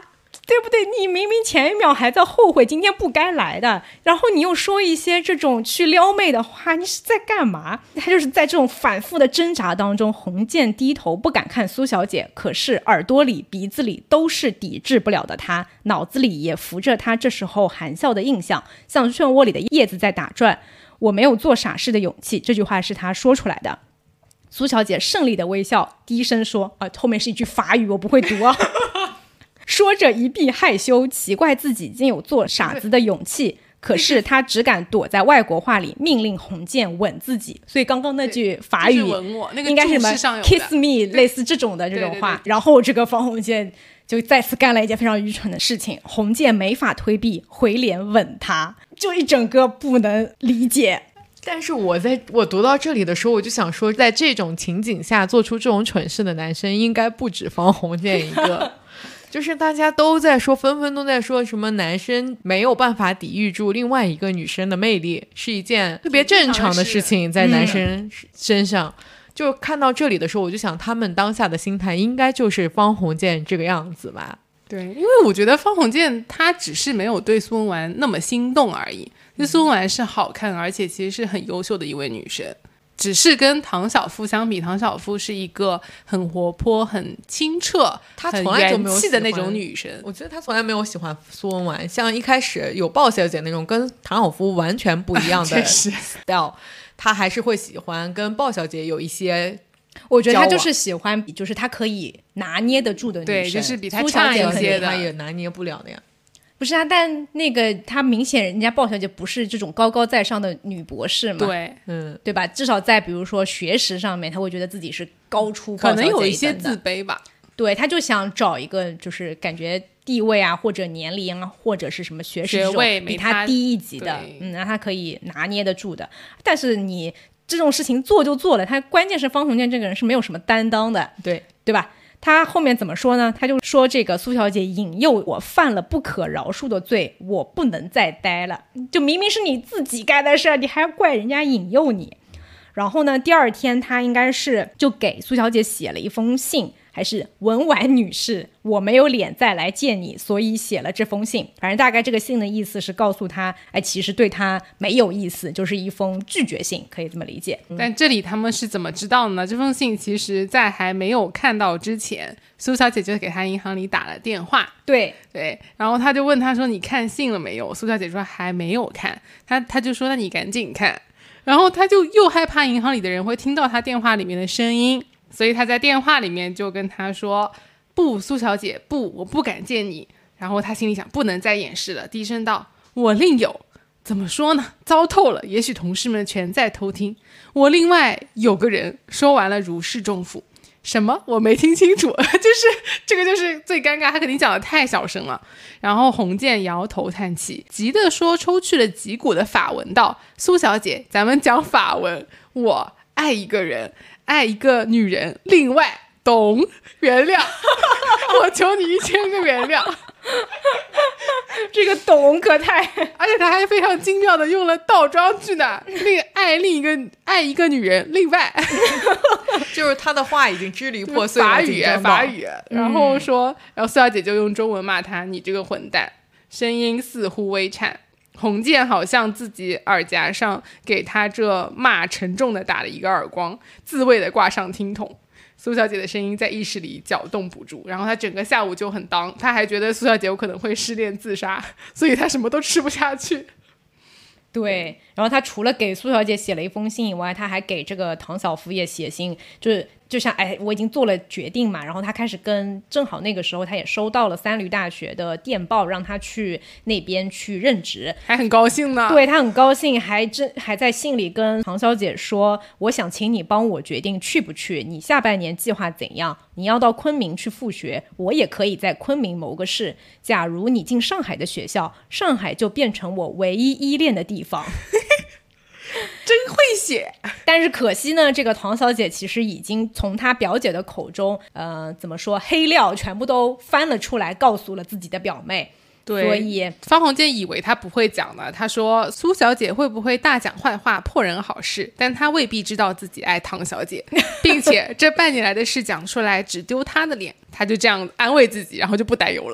对不对？你明明前一秒还在后悔今天不该来的，然后你又说一些这种去撩妹的话，你是在干嘛？他就是在这种反复的挣扎当中，洪建低头不敢看苏小姐，可是耳朵里鼻子里都是抵制不了的他，脑子里也浮着他这时候含笑的印象，像漩涡里的叶子在打转。我没有做傻事的勇气，这句话是他说出来的。苏小姐胜利的微笑，低声说后面是一句法语，我不会读啊。说着一避害羞，奇怪自己竟有做傻子的勇气，可是他只敢躲在外国话里命令洪建吻自己。所以刚刚那句法语应该是什么 kiss me 类似这种的这种话。然后这个方鸿渐就再次干了一件非常愚蠢的事情，洪建没法推避，回脸吻他，就一整个不能理解。 但是我读到这里的时候，我就想说，在这种情景下做出这种蠢事的男生应该不止方鸿渐一个。就是大家都在说，纷纷都在说什么男生没有办法抵御住另外一个女生的魅力是一件特别正常的事情，在男生身上。就看到这里的时候，我就想他们当下的心态应该就是方鸿渐这个样子吧。 对，因为我觉得方鸿渐他只是没有对苏文纨那么心动而已。苏文纨是好看，而且其实是很优秀的一位女生，只是跟唐晓芙相比，唐晓芙是一个很活泼、很清澈、 她从来就没有很元气的那种女生。 我觉得她从来没有喜欢苏文纨，像一开始有鲍小姐那种跟唐晓芙完全不一样的 style， 她还是会喜欢跟鲍小姐有一些。 我觉得她就是喜欢，就是她可以拿捏得住的女生， 对，就是比她差一些的， 她也拿捏不了的呀。 不是啊，但那个她明显人家鲍小姐不是这种高高在上的女博士嘛， 对， 对吧？至少在比如说学识上面，她会觉得自己是高出鲍小姐一等的， 可能有一些自卑吧。 对，她就想找一个就是感觉地位啊，或者年龄啊，或者是什么学识位比她低一级的，让她可以拿捏得住的。但是你这种事情做就做了，他关键是方鸿渐这个人是没有什么担当的，对吧？他后面怎么说呢？他就说这个苏小姐引诱我犯了不可饶恕的罪，我不能再待了。就明明是你自己干的事，你还要怪人家引诱你。然后呢，第二天他应该是就给苏小姐写了一封信，还是文婉女士，我没有脸再来见你，所以写了这封信。反正大概这个信的意思是告诉他，其实对他没有意思，就是一封拒绝信，可以这么理解。 但这里他们是怎么知道的呢？这封信其实在还没有看到之前，苏小姐就给他银行里打了电话。 对， 然后他就问他说你看信了没有？苏小姐说还没有看。他就说那你赶紧看。然后他就又害怕银行里的人会听到他电话里面的声音，所以他在电话里面就跟他说，不，苏小姐，不，我不敢见你。然后他心里想，不能再掩饰了，低声道，我另有。怎么说呢？糟透了，也许同事们全在偷听。我另外有个人。说完了如释重负。什么？我没听清楚。就是这个就是最尴尬，他肯定讲的太小声了。然后洪渐摇头叹气，急得说抽去了几股的法文道，苏小姐，咱们讲法文，我爱一个人，爱一个女人，另外懂原谅。我求你1000个原谅。 这个懂可太， 而且他还非常精妙的用了倒装句呢，爱一个女人，另外就是他的话已经支离破碎了， 法语，然后说，然后苏小姐就用中文骂他，你这个混蛋，声音似乎微颤。洪渐好像自己耳夹上给他这骂沉重的打了一个耳光，自慰的挂上听筒。苏小姐的声音在意识里搅动不住，然后她整个下午就很当，她还觉得苏小姐有可能会失恋自杀，所以她什么都吃不下去。 对，然后他除了给苏小姐写了一封信以外，他还给这个唐晓芙也写信，就像我已经做了决定嘛，然后他开始正好那个时候他也收到了三闾大学的电报，让他去那边去任职， 还很高兴呢。 对，他很高兴，还在信里跟唐小姐说，我想请你帮我决定去不去，你下半年计划怎样，你要到昆明去复学，我也可以在昆明谋个事，假如你进上海的学校，上海就变成我唯一依恋的地方。 真会写。 但是可惜呢，这个唐小姐其实已经从她表姐的口中怎么说，黑料全部都翻了出来，告诉了自己的表妹。 对， 所以方鸿渐以为他不会讲的，他说苏小姐会不会大讲坏话破人好事，但他未必知道自己爱唐小姐，并且这半年来的事讲出来只丢他的脸，他就这样安慰自己，然后就不担忧了。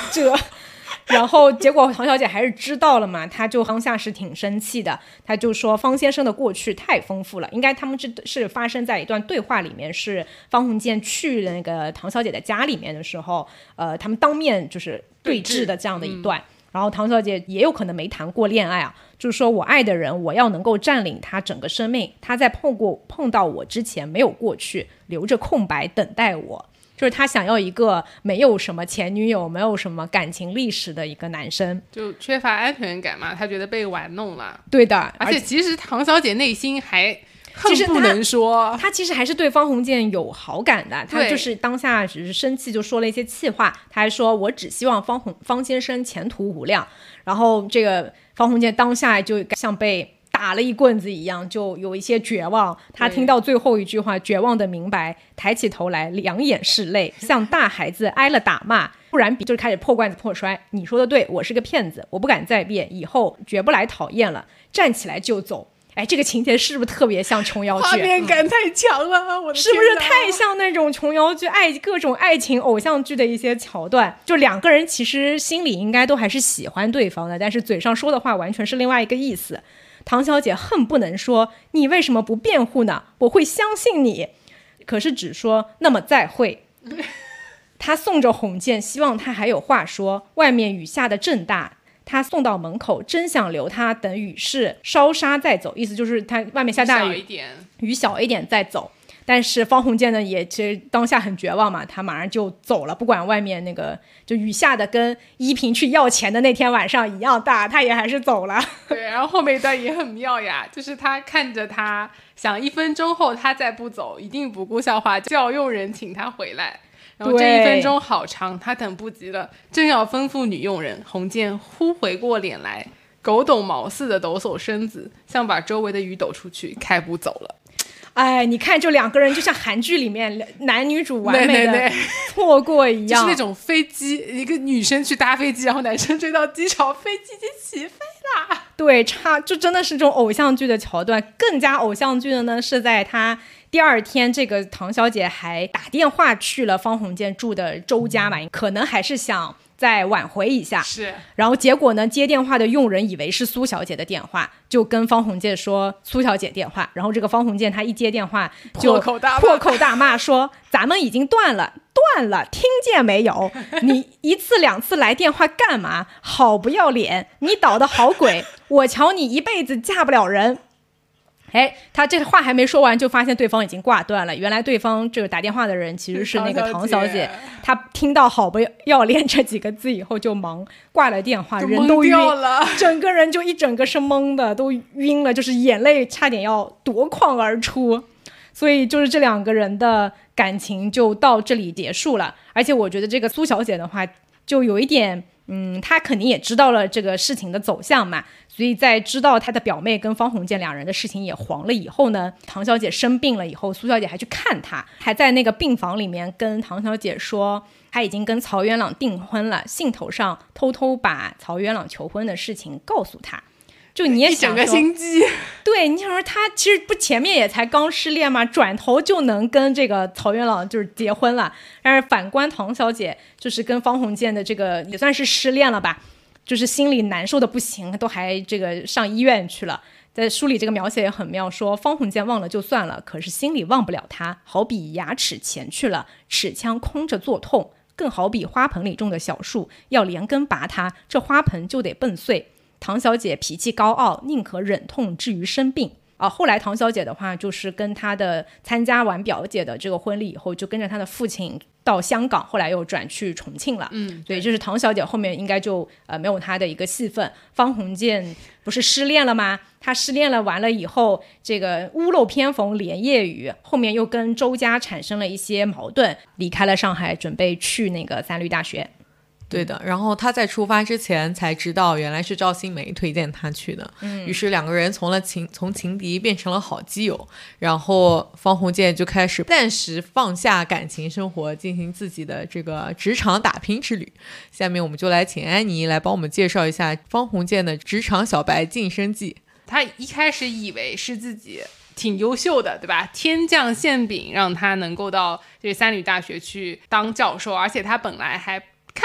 这然后结果唐小姐还是知道了嘛，她就当下是挺生气的，她就说方先生的过去太丰富了，应该他们是发生在一段对话里面，是方鸿渐去那个唐小姐的家里面的时候，他们当面就是对峙的这样的一段。然后唐小姐也有可能没谈过恋爱啊，就是说我爱的人，我要能够占领他整个生命，他在碰到我之前没有过去，留着空白等待我，就是他想要一个没有什么前女友，没有什么感情历史的一个男生， 就缺乏安全感嘛，他觉得被玩弄了。 对的， 而且其实唐小姐内心还恨其实不能说， 他其实还是对方鸿渐有好感的，他就是当下只是生气就说了一些气话，他还说我只希望方先生前途无量，然后这个方鸿渐当下就像被打了一棍子一样，就有一些绝望，他听到最后一句话绝望的明白，抬起头来两眼是泪，像大孩子挨了打骂，不然就开始破罐子破摔，你说的对，我是个骗子，我不敢再变，以后绝不来讨厌了，站起来就走。哎，这个情节是不是特别像琼瑶剧？ 画面感太强了，我的天哪， 是不是太像那种琼瑶剧各种爱情偶像剧的一些桥段？就两个人其实心里应该都还是喜欢对方的，但是嘴上说的话完全是另外一个意思。唐小姐恨不能说你为什么不辩护呢？我会相信你，可是只说那么再会。她送着鸿渐，希望他还有话说，外面雨下的正大，他送到门口，真想留他等雨势稍沙再走，意思就是他外面下大雨，雨小一点再走。但是方鸿渐呢，也其实当下很绝望嘛，他马上就走了，不管外面那个就雨下的跟依萍去要钱的那天晚上一样大，他也还是走了。 对，然后后面一段也很妙呀，就是他看着他，想1分钟后他再不走，一定不顾笑话，叫佣人请他回来。然后这1分钟好长，他等不及了，正要吩咐女佣人，鸿渐忽回过脸来，狗抖毛似的抖擞身子，像把周围的雨抖出去，开步走了。 哎，你看，就两个人就像韩剧里面男女主完美的错过一样， 就是那种飞机，一个女生去搭飞机，然后男生追到机场，飞机已经起飞啦。 对，就真的是这种偶像剧的桥段。更加偶像剧的呢，是在他第二天，这个唐小姐还打电话去了方鸿渐住的周家嘛，可能还是想再挽回一下。 是， 然后结果呢，接电话的佣人以为是苏小姐的电话，就跟方鸿渐说苏小姐电话。然后这个方鸿渐他一接电话就破口大骂说咱们已经断了，听见没有？你1次2次来电话干嘛？好不要脸，你捣的好鬼，我瞧你一辈子嫁不了人。哎，他这话还没说完，就发现对方已经挂断了。原来对方这个打电话的人其实是那个唐小姐。他听到好不要脸这几个字以后，就忙挂了电话，人都晕了，整个人就一整个是懵的，都晕了，就是眼泪差点要夺眶而出。所以就是这两个人的感情就到这里结束了。而且我觉得这个苏小姐的话，就有一点。他肯定也知道了这个事情的走向嘛，所以在知道他的表妹跟方鸿渐两人的事情也黄了以后呢，唐小姐生病了以后，苏小姐还去看她，还在那个病房里面跟唐小姐说她已经跟曹元朗订婚了，兴头上偷偷把曹元朗求婚的事情告诉她。就你也想说， 一整个心机， 对，你想说他其实不前面也才刚失恋嘛，转头就能跟这个曹元朗就是结婚了。但是反观唐小姐，就是跟方鸿渐的这个也算是失恋了吧，就是心里难受的不行，都还这个上医院去了。在书里这个描写也很妙，说方鸿渐忘了就算了，可是心里忘不了他，好比牙齿前去了，齿腔空着作痛，更好比花盆里种的小树，要连根拔它，这花盆就得笨碎。唐小姐脾气高傲，宁可忍痛至于生病后来唐小姐的话，就是跟她的参加完表姐的这个婚礼以后，就跟着她的父亲到香港，后来又转去重庆了。所以就是唐小姐后面应该就没有她的一个戏份。方鸿渐不是失恋了吗？他失恋了完了以后，这个屋漏偏逢连夜雨，后面又跟周家产生了一些矛盾，离开了上海，准备去那个三律大学。 对的，然后他在出发之前才知道原来是赵新梅推荐他去的，于是两个人从情敌变成了好基友，然后方鸿渐就开始暂时放下感情生活，进行自己的这个职场打拼之旅。下面我们就来请安妮来帮我们介绍一下方鸿渐的职场小白晋升记。 他一开始以为是自己挺优秀的，对吧？天降馅饼让他能够到这三旅大学去当教授，而且他本来还看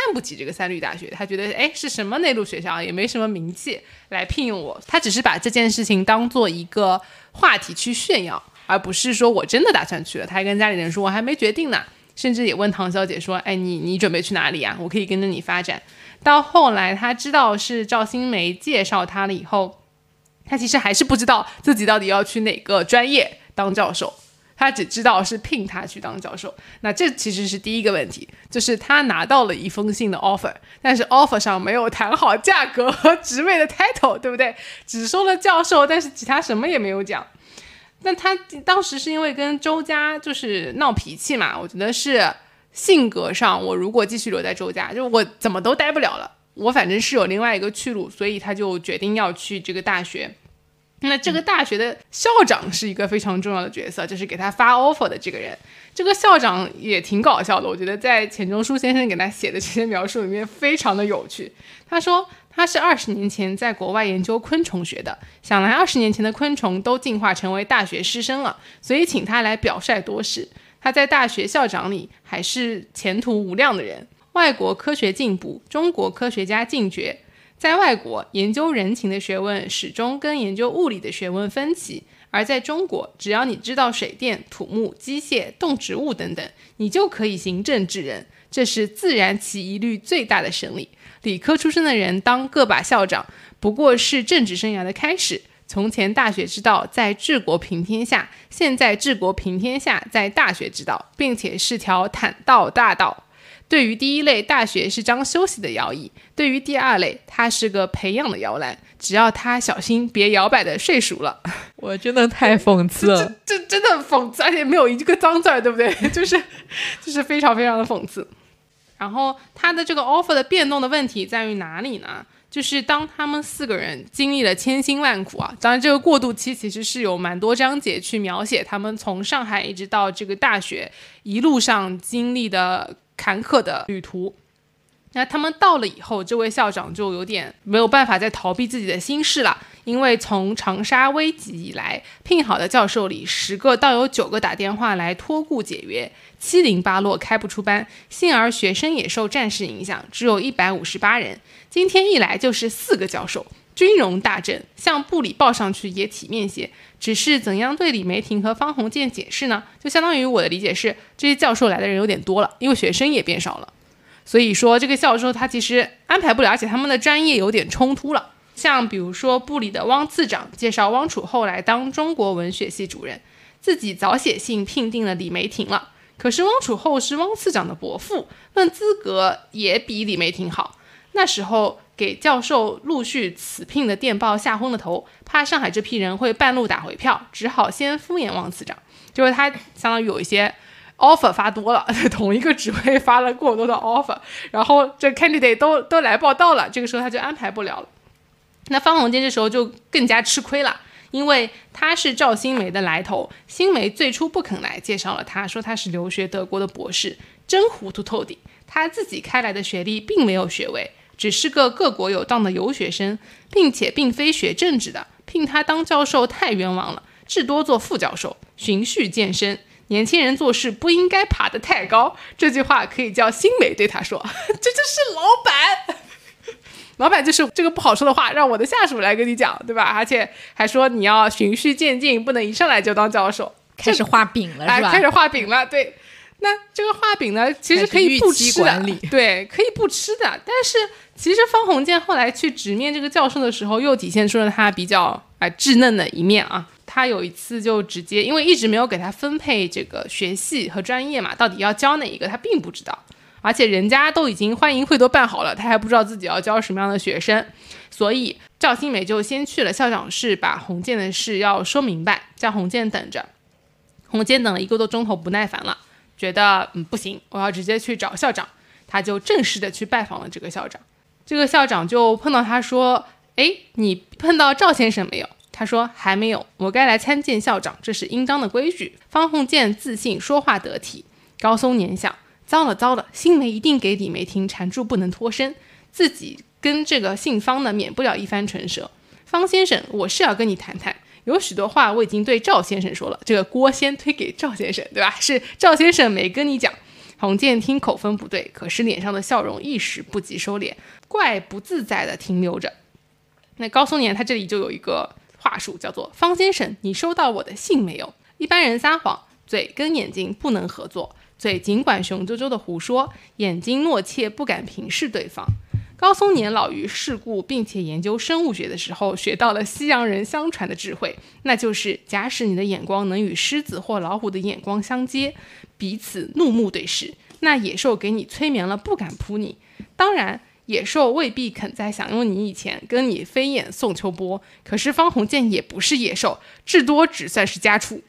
不起这个三律大学，他觉得是什么内陆学校也没什么名气来聘用我，他只是把这件事情当做一个话题去炫耀，而不是说我真的打算去了。他还跟家里人说我还没决定呢，甚至也问唐小姐说你准备去哪里啊，我可以跟着你发展。到后来他知道是赵新梅介绍他了以后，他其实还是不知道自己到底要去哪个专业当教授，他只知道是聘他去当教授。那这其实是第一个问题，就是他拿到了一封信的 offer， 但是 offer 上没有谈好价格和职位的 title， 对不对？只说了教授，但是其他什么也没有讲。那他当时是因为跟周家就是闹脾气嘛，我觉得是性格上，我如果继续留在周家，就我怎么都待不了了，我反正是有另外一个去路，所以他就决定要去这个大学。那这个大学的校长是一个非常重要的角色，就是给他发 offer 的这个人。这个校长也挺搞笑的，我觉得在钱钟书先生给他写的这些描述里面非常的有趣。他说他是20年前在国外研究昆虫学的，想来20年前的昆虫都进化成为大学师生了，所以请他来表率多事。他在大学校长里还是前途无量的人，外国科学进步，中国科学家尽绝。在外国，研究人情的学问始终跟研究物理的学问分歧，而在中国，只要你知道水电、土木、机械、动植物等等，你就可以行政治人，这是自然其一律最大的胜利。理科出身的人当个把校长，不过是政治生涯的开始。从前大学之道在治国平天下，现在治国平天下在大学之道，并且是条坦道大道。对于第一类，大学是张休息的摇椅；对于第二类，它是个培养的摇篮。只要他小心别摇摆的睡熟了。 我真的太讽刺了， 这真的讽刺，而且没有一个脏字儿，对不对？就是非常非常的讽刺。然后他的这个 offer 的变动的问题在于哪里呢？就是当他们4个人经历了千辛万苦啊，当然这个过渡期其实是有蛮多章节去描写他们从上海一直到这个大学一路上经历的坎坷的旅途。那他们到了以后，这位校长就有点没有办法再逃避自己的心事了，因为从长沙危急以来，聘好的教授里10个倒有9个打电话来托故解约，7零八落开不出班，幸而学生也受战事影响，只有158人。今天一来就是4个教授，军容大振，向部里报上去也体面些。只是怎样对李梅婷和方鸿渐解释呢？就相当于我的理解是，这些教授来的人有点多了，因为学生也变少了。所以说这个教授他其实安排不了，而且他们的专业有点冲突了。像比如说部里的汪次长介绍汪楚后来当中国文学系主任，自己早写信聘定了李梅婷了。可是汪楚后是汪次长的伯父，论资格也比李梅婷好。那时候给教授陆续此聘的电报吓昏了头，怕上海这批人会半路打回票，只好先敷衍汪次长。就是他相当于有一些offer 发多了，同一个职位发了过多的 offer， 然后这 candidate 都来报道了，这个时候他就安排不了了。那方鸿渐这时候就更加吃亏了，因为他是赵新梅的来头，新梅最初不肯来，介绍了他，说他是留学德国的博士，真糊涂透顶。他自己开来的学历并没有学位，只是个各国有当的游学生，并且并非学政治的，聘他当教授太冤枉了，至多做副教授，循序渐升。年轻人做事不应该爬得太高，这句话可以叫新梅对他说。这就是老板，老板就是这个不好说的话让我的下属来跟你讲，对吧？而且还说你要循序渐进，不能一上来就当教授。 开始画饼了是吧？ 开始画饼了，对。那这个画饼呢，其实可以不吃的，对，可以不吃的。但是其实方鸿渐后来去直面这个教授的时候，又体现出了他比较稚嫩的一面啊。他有一次就直接，因为一直没有给他分配这个学系和专业嘛，到底要教哪一个他并不知道，而且人家都已经欢迎会都办好了，他还不知道自己要教什么样的学生。所以赵新梅就先去了校长室，把鸿渐的事要说明白，叫鸿渐等着。鸿渐等了1个多钟头不耐烦了，觉得不行，我要直接去找校长。他就正式的去拜访了这个校长。这个校长就碰到他说，你碰到赵先生没有？他说还没有，我该来参见校长，这是应当的规矩。方鸿渐自信，说话得体。高松年想，糟了糟了，新梅一定给李梅婷缠住不能脱身，自己跟这个姓方的免不了一番唇舌。方先生，我是要跟你谈谈，有许多话我已经对赵先生说了，这个锅先推给赵先生，对吧？是赵先生没跟你讲。 洪建听口风不对，可是脸上的笑容一时不及收敛，怪不自在的停留着。那高松年他这里就有一个话术叫做，方先生，你收到我的信没有？一般人撒谎，嘴跟眼睛不能合作，嘴尽管雄赳赳的胡说，眼睛懦怯不敢平视对方。高松年老于世故，并且研究生物学的时候，学到了西洋人相传的智慧，那就是假使你的眼光能与狮子或老虎的眼光相接，彼此怒目对视，那野兽给你催眠了，不敢扑你。当然野兽未必肯在享用你以前跟你飞眼送秋波，可是方鸿渐也不是野兽，至多只算是家畜。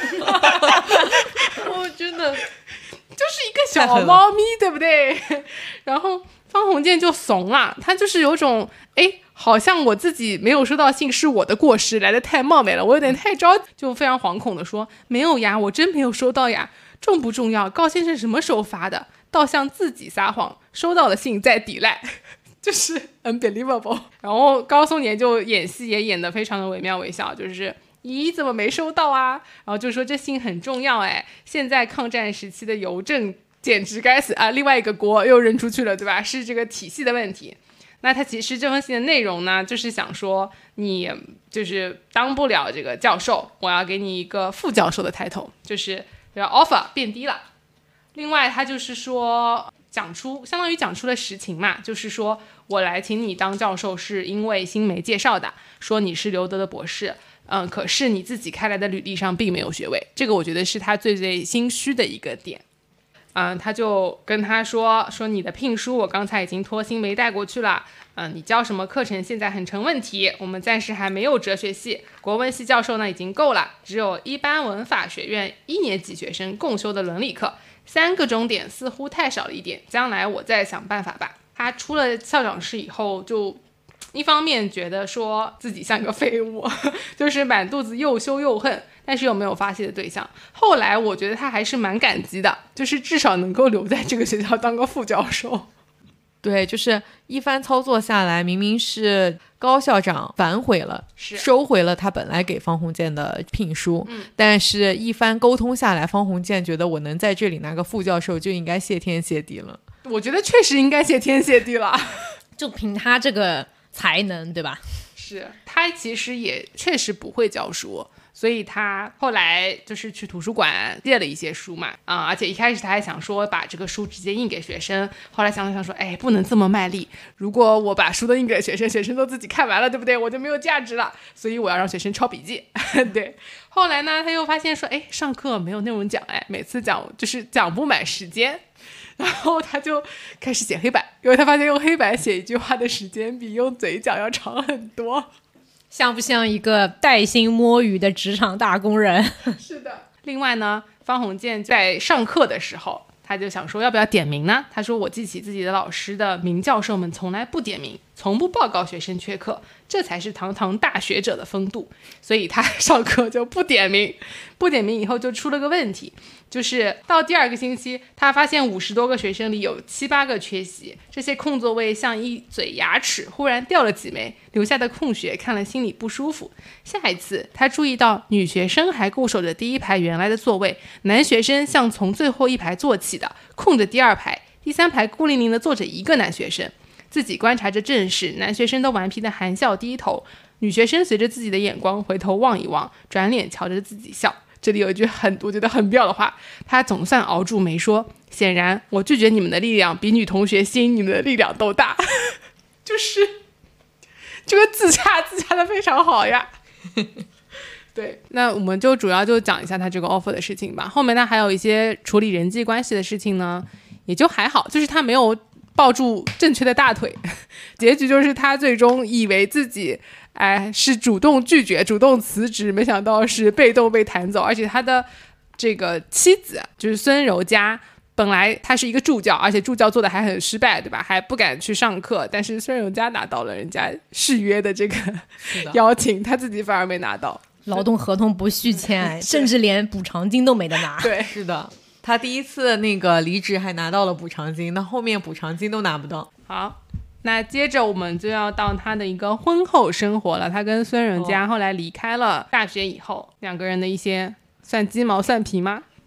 我真的就是一个小猫咪，对不对？然后方鸿渐就怂了，他就是有种好像我自己没有收到信是我的过失，来得太冒昧了，我有点太着急，就非常惶恐的说，没有呀，我真没有收到呀，重不重要？高先生什么时候发的？倒像自己撒谎，收到了信再抵赖，就是 unbelievable。 然后高松年就演戏也演得非常的惟妙惟肖，就是咦怎么没收到啊？然后就说这信很重要现在抗战时期的邮政简直该死啊！另外一个锅又扔出去了，对吧？是这个体系的问题。那他其实这封信的内容呢，就是想说你就是当不了这个教授，我要给你一个副教授的title，就是offer 变低了。另外他就是说相当于讲出了实情嘛，就是说我来请你当教授是因为新媒介绍的，说你是留德的博士，可是你自己开来的履历上并没有学位，这个我觉得是他最最心虚的一个点。他就跟他说你的聘书我刚才已经托新媒带过去了，你教什么课程现在很成问题，我们暂时还没有哲学系，国文系教授呢已经够了，只有一般文法学院1年级学生共修的伦理课，3个钟点似乎太少了一点，将来我再想办法吧。他出了校长室以后，就一方面觉得说自己像个废物，就是满肚子又羞又恨，但是又没有发泄的对象。后来我觉得他还是蛮感激的，就是至少能够留在这个学校当个副教授。 对，就是一番操作下来，明明是高校长反悔了，收回了他本来给方鸿渐的聘书，但是一番沟通下来，方鸿渐觉得我能在这里拿个副教授就应该谢天谢地了。 我觉得确实应该谢天谢地了， 就凭他这个才能，对吧？ 是他其实也确实不会教书，所以他后来就是去图书馆借了一些书嘛，而且一开始他还想说把这个书直接印给学生，后来想说不能这么卖力，如果我把书都印给学生，学生都自己看完了，对不对？我就没有价值了，所以我要让学生抄笔记。对，后来呢他又发现说上课没有内容讲，每次讲就是讲不满时间，然后他就开始写黑板，因为他发现用黑板写一句话的时间比用嘴讲要长很多。 像不像一个带薪摸鱼的职场打工人？ 是的。另外呢，方鸿渐在上课的时候，他就想说要不要点名呢？他说我记起自己的老师的名教授们从来不点名，从不报告学生缺课，这才是堂堂大学者的风度。所以他上课就不点名，不点名以后就出了个问题，就是到第2个星期，他发现50多个学生里有7、8个缺席，这些空座位像一嘴牙齿，忽然掉了几枚，留下的空学看了心里不舒服。下一次他注意到女学生还固守着第1排原来的座位，男学生像从最后1排坐起的，空着第2排，第3排孤零零的坐着一个男学生。自己观察着正事，男学生都顽皮的含笑低头，女学生随着自己的眼光回头望一望，转脸瞧着自己笑。这里有一句我觉得很妙的话，他总算熬住没说，显然我拒绝你们的力量比女同学吸引你们的力量都大。就是这个自洽的非常好呀。对，那我们就主要就讲一下他这个 offer 的事情吧。后面他还有一些处理人际关系的事情呢，也就还好，就是他没有抱住正确的大腿，结局就是他最终以为自己是主动拒绝主动辞职，没想到是被动被弹走。而且他的这个妻子就是孙柔嘉，本来他是一个助教，而且助教做的还很失败，对吧？还不敢去上课，但是孙柔嘉拿到了人家续约的这个邀请，他自己反而没拿到， 劳动合同不续签，甚至连补偿金都没得拿。 对，是的，他第一次那个离职还拿到了补偿金，那后面补偿金都拿不到。 好，那接着我们就要到他的一个婚后生活了。他跟孙仁嘉后来离开了大学以后，2个人的一些算鸡毛蒜皮吗？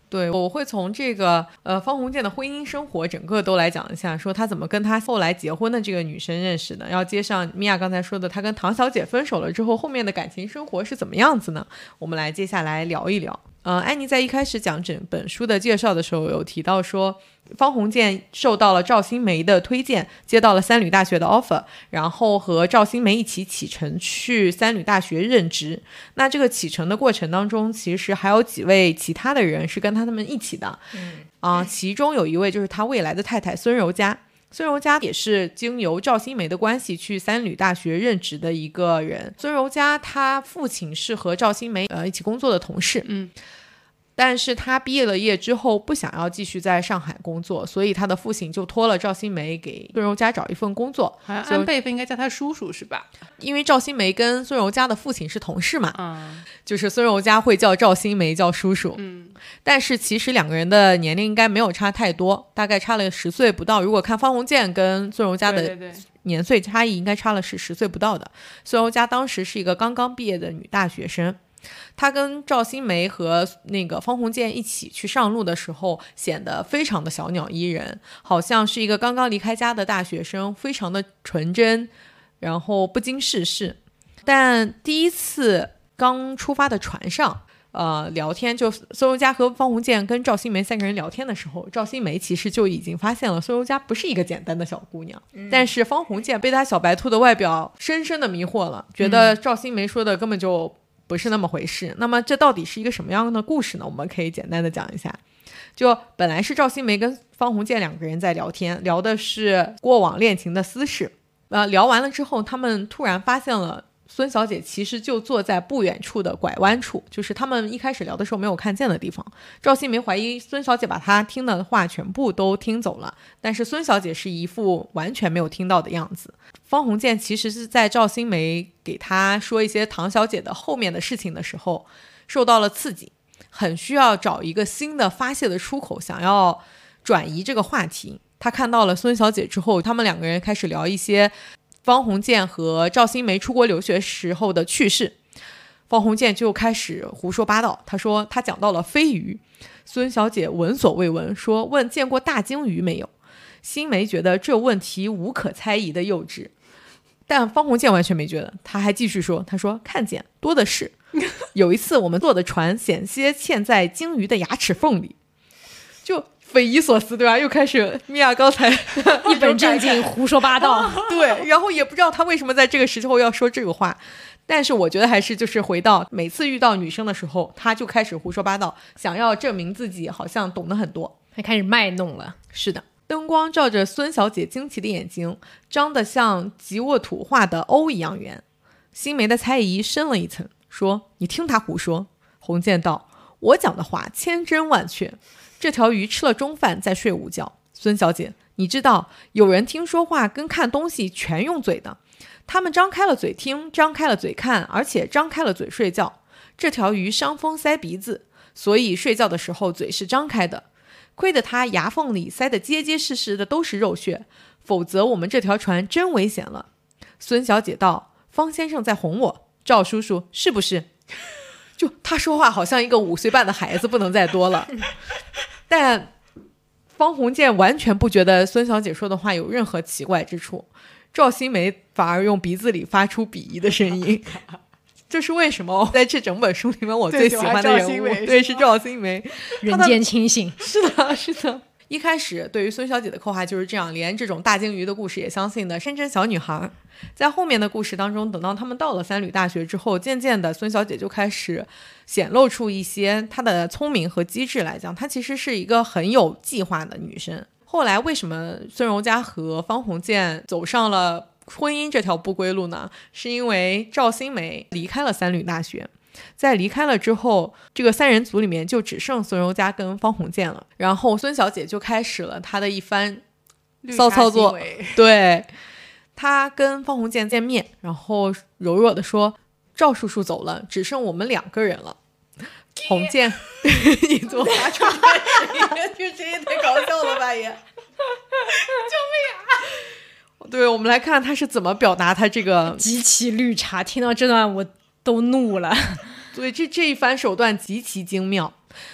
对，我会从这个方鸿渐的婚姻生活整个都来讲一下，说他怎么跟他后来结婚的这个女生认识的，要接上米娅刚才说的他跟唐小姐分手了之后后面的感情生活是怎么样子呢？我们来接下来聊一聊。安妮在一开始讲整本书的介绍的时候有提到说，方鸿渐受到了赵新梅的推荐，接到了三旅大学的 offer， 然后和赵新梅一起启程去三旅大学任职。那这个启程的过程当中，其实还有几位其他的人是跟他们一起的，其中有一位就是他未来的太太孙柔嘉。孙柔嘉也是经由赵新梅的关系去三旅大学任职的一个人。孙柔嘉他父亲是和赵新梅一起工作的同事，但是他毕业了业之后不想要继续在上海工作，所以他的父亲就托了赵新梅给孙柔嘉找一份工作。 好像按辈分应该叫他叔叔是吧？ 因为赵新梅跟孙柔嘉的父亲是同事嘛，就是孙柔嘉会叫赵新梅叫叔叔。但是其实两个人的年龄应该没有差太多，大概差了10岁不到。如果看方鸿渐跟孙柔嘉的年岁差异，应该差了是10岁不到的。孙柔嘉当时是一个刚刚毕业的女大学生，她跟赵新梅和那个方鸿渐一起去上路的时候显得非常的小鸟依人，好像是一个刚刚离开家的大学生，非常的纯真，然后不经世事。但第一次刚出发的船上聊天，就孙柔嘉和方鸿渐跟赵新梅三个人聊天的时候，赵新梅其实就已经发现了孙柔嘉不是一个简单的小姑娘，但是方鸿渐被她小白兔的外表深深的迷惑了，觉得赵新梅说的根本就不是那么回事。那么这到底是一个什么样的故事呢？我们可以简单的讲一下。就本来是赵新梅跟方鸿渐两个人在聊天，聊的是过往恋情的私事。聊完了之后，他们突然发现了孙小姐其实就坐在不远处的拐弯处，就是他们一开始聊的时候没有看见的地方。赵新梅怀疑孙小姐把她听的话全部都听走了，但是孙小姐是一副完全没有听到的样子。方鸿渐其实是在赵新梅给他说一些唐小姐的后面的事情的时候受到了刺激，很需要找一个新的发泄的出口，想要转移这个话题。他看到了孙小姐之后，他们两个人开始聊一些方鸿渐和赵新梅出国留学时候的趣事。方鸿渐就开始胡说八道，他说他讲到了飞鱼，孙小姐闻所未闻，说问见过大鲸鱼没有。新梅觉得这问题无可猜疑的幼稚，但方鸿渐完全没觉得，他还继续说，他说看见多的是，有一次我们坐的船险些嵌在鲸鱼的牙齿缝里，就匪夷所思，对吧？又开始米娅刚才一本正经胡说八道对，然后也不知道他为什么在这个时候要说这个话，但是我觉得还是就是回到每次遇到女生的时候，他就开始胡说八道，想要证明自己好像懂得很多， 还开始卖弄了。 是的，灯光照着孙小姐惊奇的眼睛，张得像吉沃土画的 O 一样圆。新梅的猜疑深了一层，说你听他胡说。鸿渐道，我讲的话千真万确，这条鱼吃了中饭再睡午觉。孙小姐，你知道有人听说话跟看东西全用嘴的，他们张开了嘴听，张开了嘴看，而且张开了嘴睡觉。这条鱼伤风塞鼻子，所以睡觉的时候嘴是张开的，亏得它牙缝里塞得结结实实的都是肉屑，否则我们这条船真危险了。孙小姐道，方先生在哄我，赵叔叔是不是？就他说话好像一个5岁半的孩子，不能再多了。但方鸿渐完全不觉得孙小姐说的话有任何奇怪之处，赵新梅反而用鼻子里发出鄙夷的声音。这是为什么在这整本书里面我最喜欢的人物，对，是赵新梅， 人间清醒。 是的，是的。一开始对于孙小姐的刻画就是这样，连这种大鲸鱼的故事也相信的深圳小女孩。在后面的故事当中，等到他们到了三旅大学之后，渐渐的孙小姐就开始显露出一些她的聪明和机智来讲，她其实是一个很有计划的女生。后来为什么孙柔嘉和方鸿渐走上了婚姻这条不归路呢？是因为赵新梅离开了三旅大学，在离开了之后，这个三人组里面就只剩孙柔嘉跟方鸿渐了，然后孙小姐就开始了她的一番骚操作。对，她跟方鸿渐见面，然后柔弱的说，赵叔叔走了，只剩我们2个人了。鸿渐你怎么发出来这声音太搞笑了吧也救命啊！对，我们来看他是怎么表达他这个极其绿茶。听到这段我都怒了。 对，这一番手段极其精妙。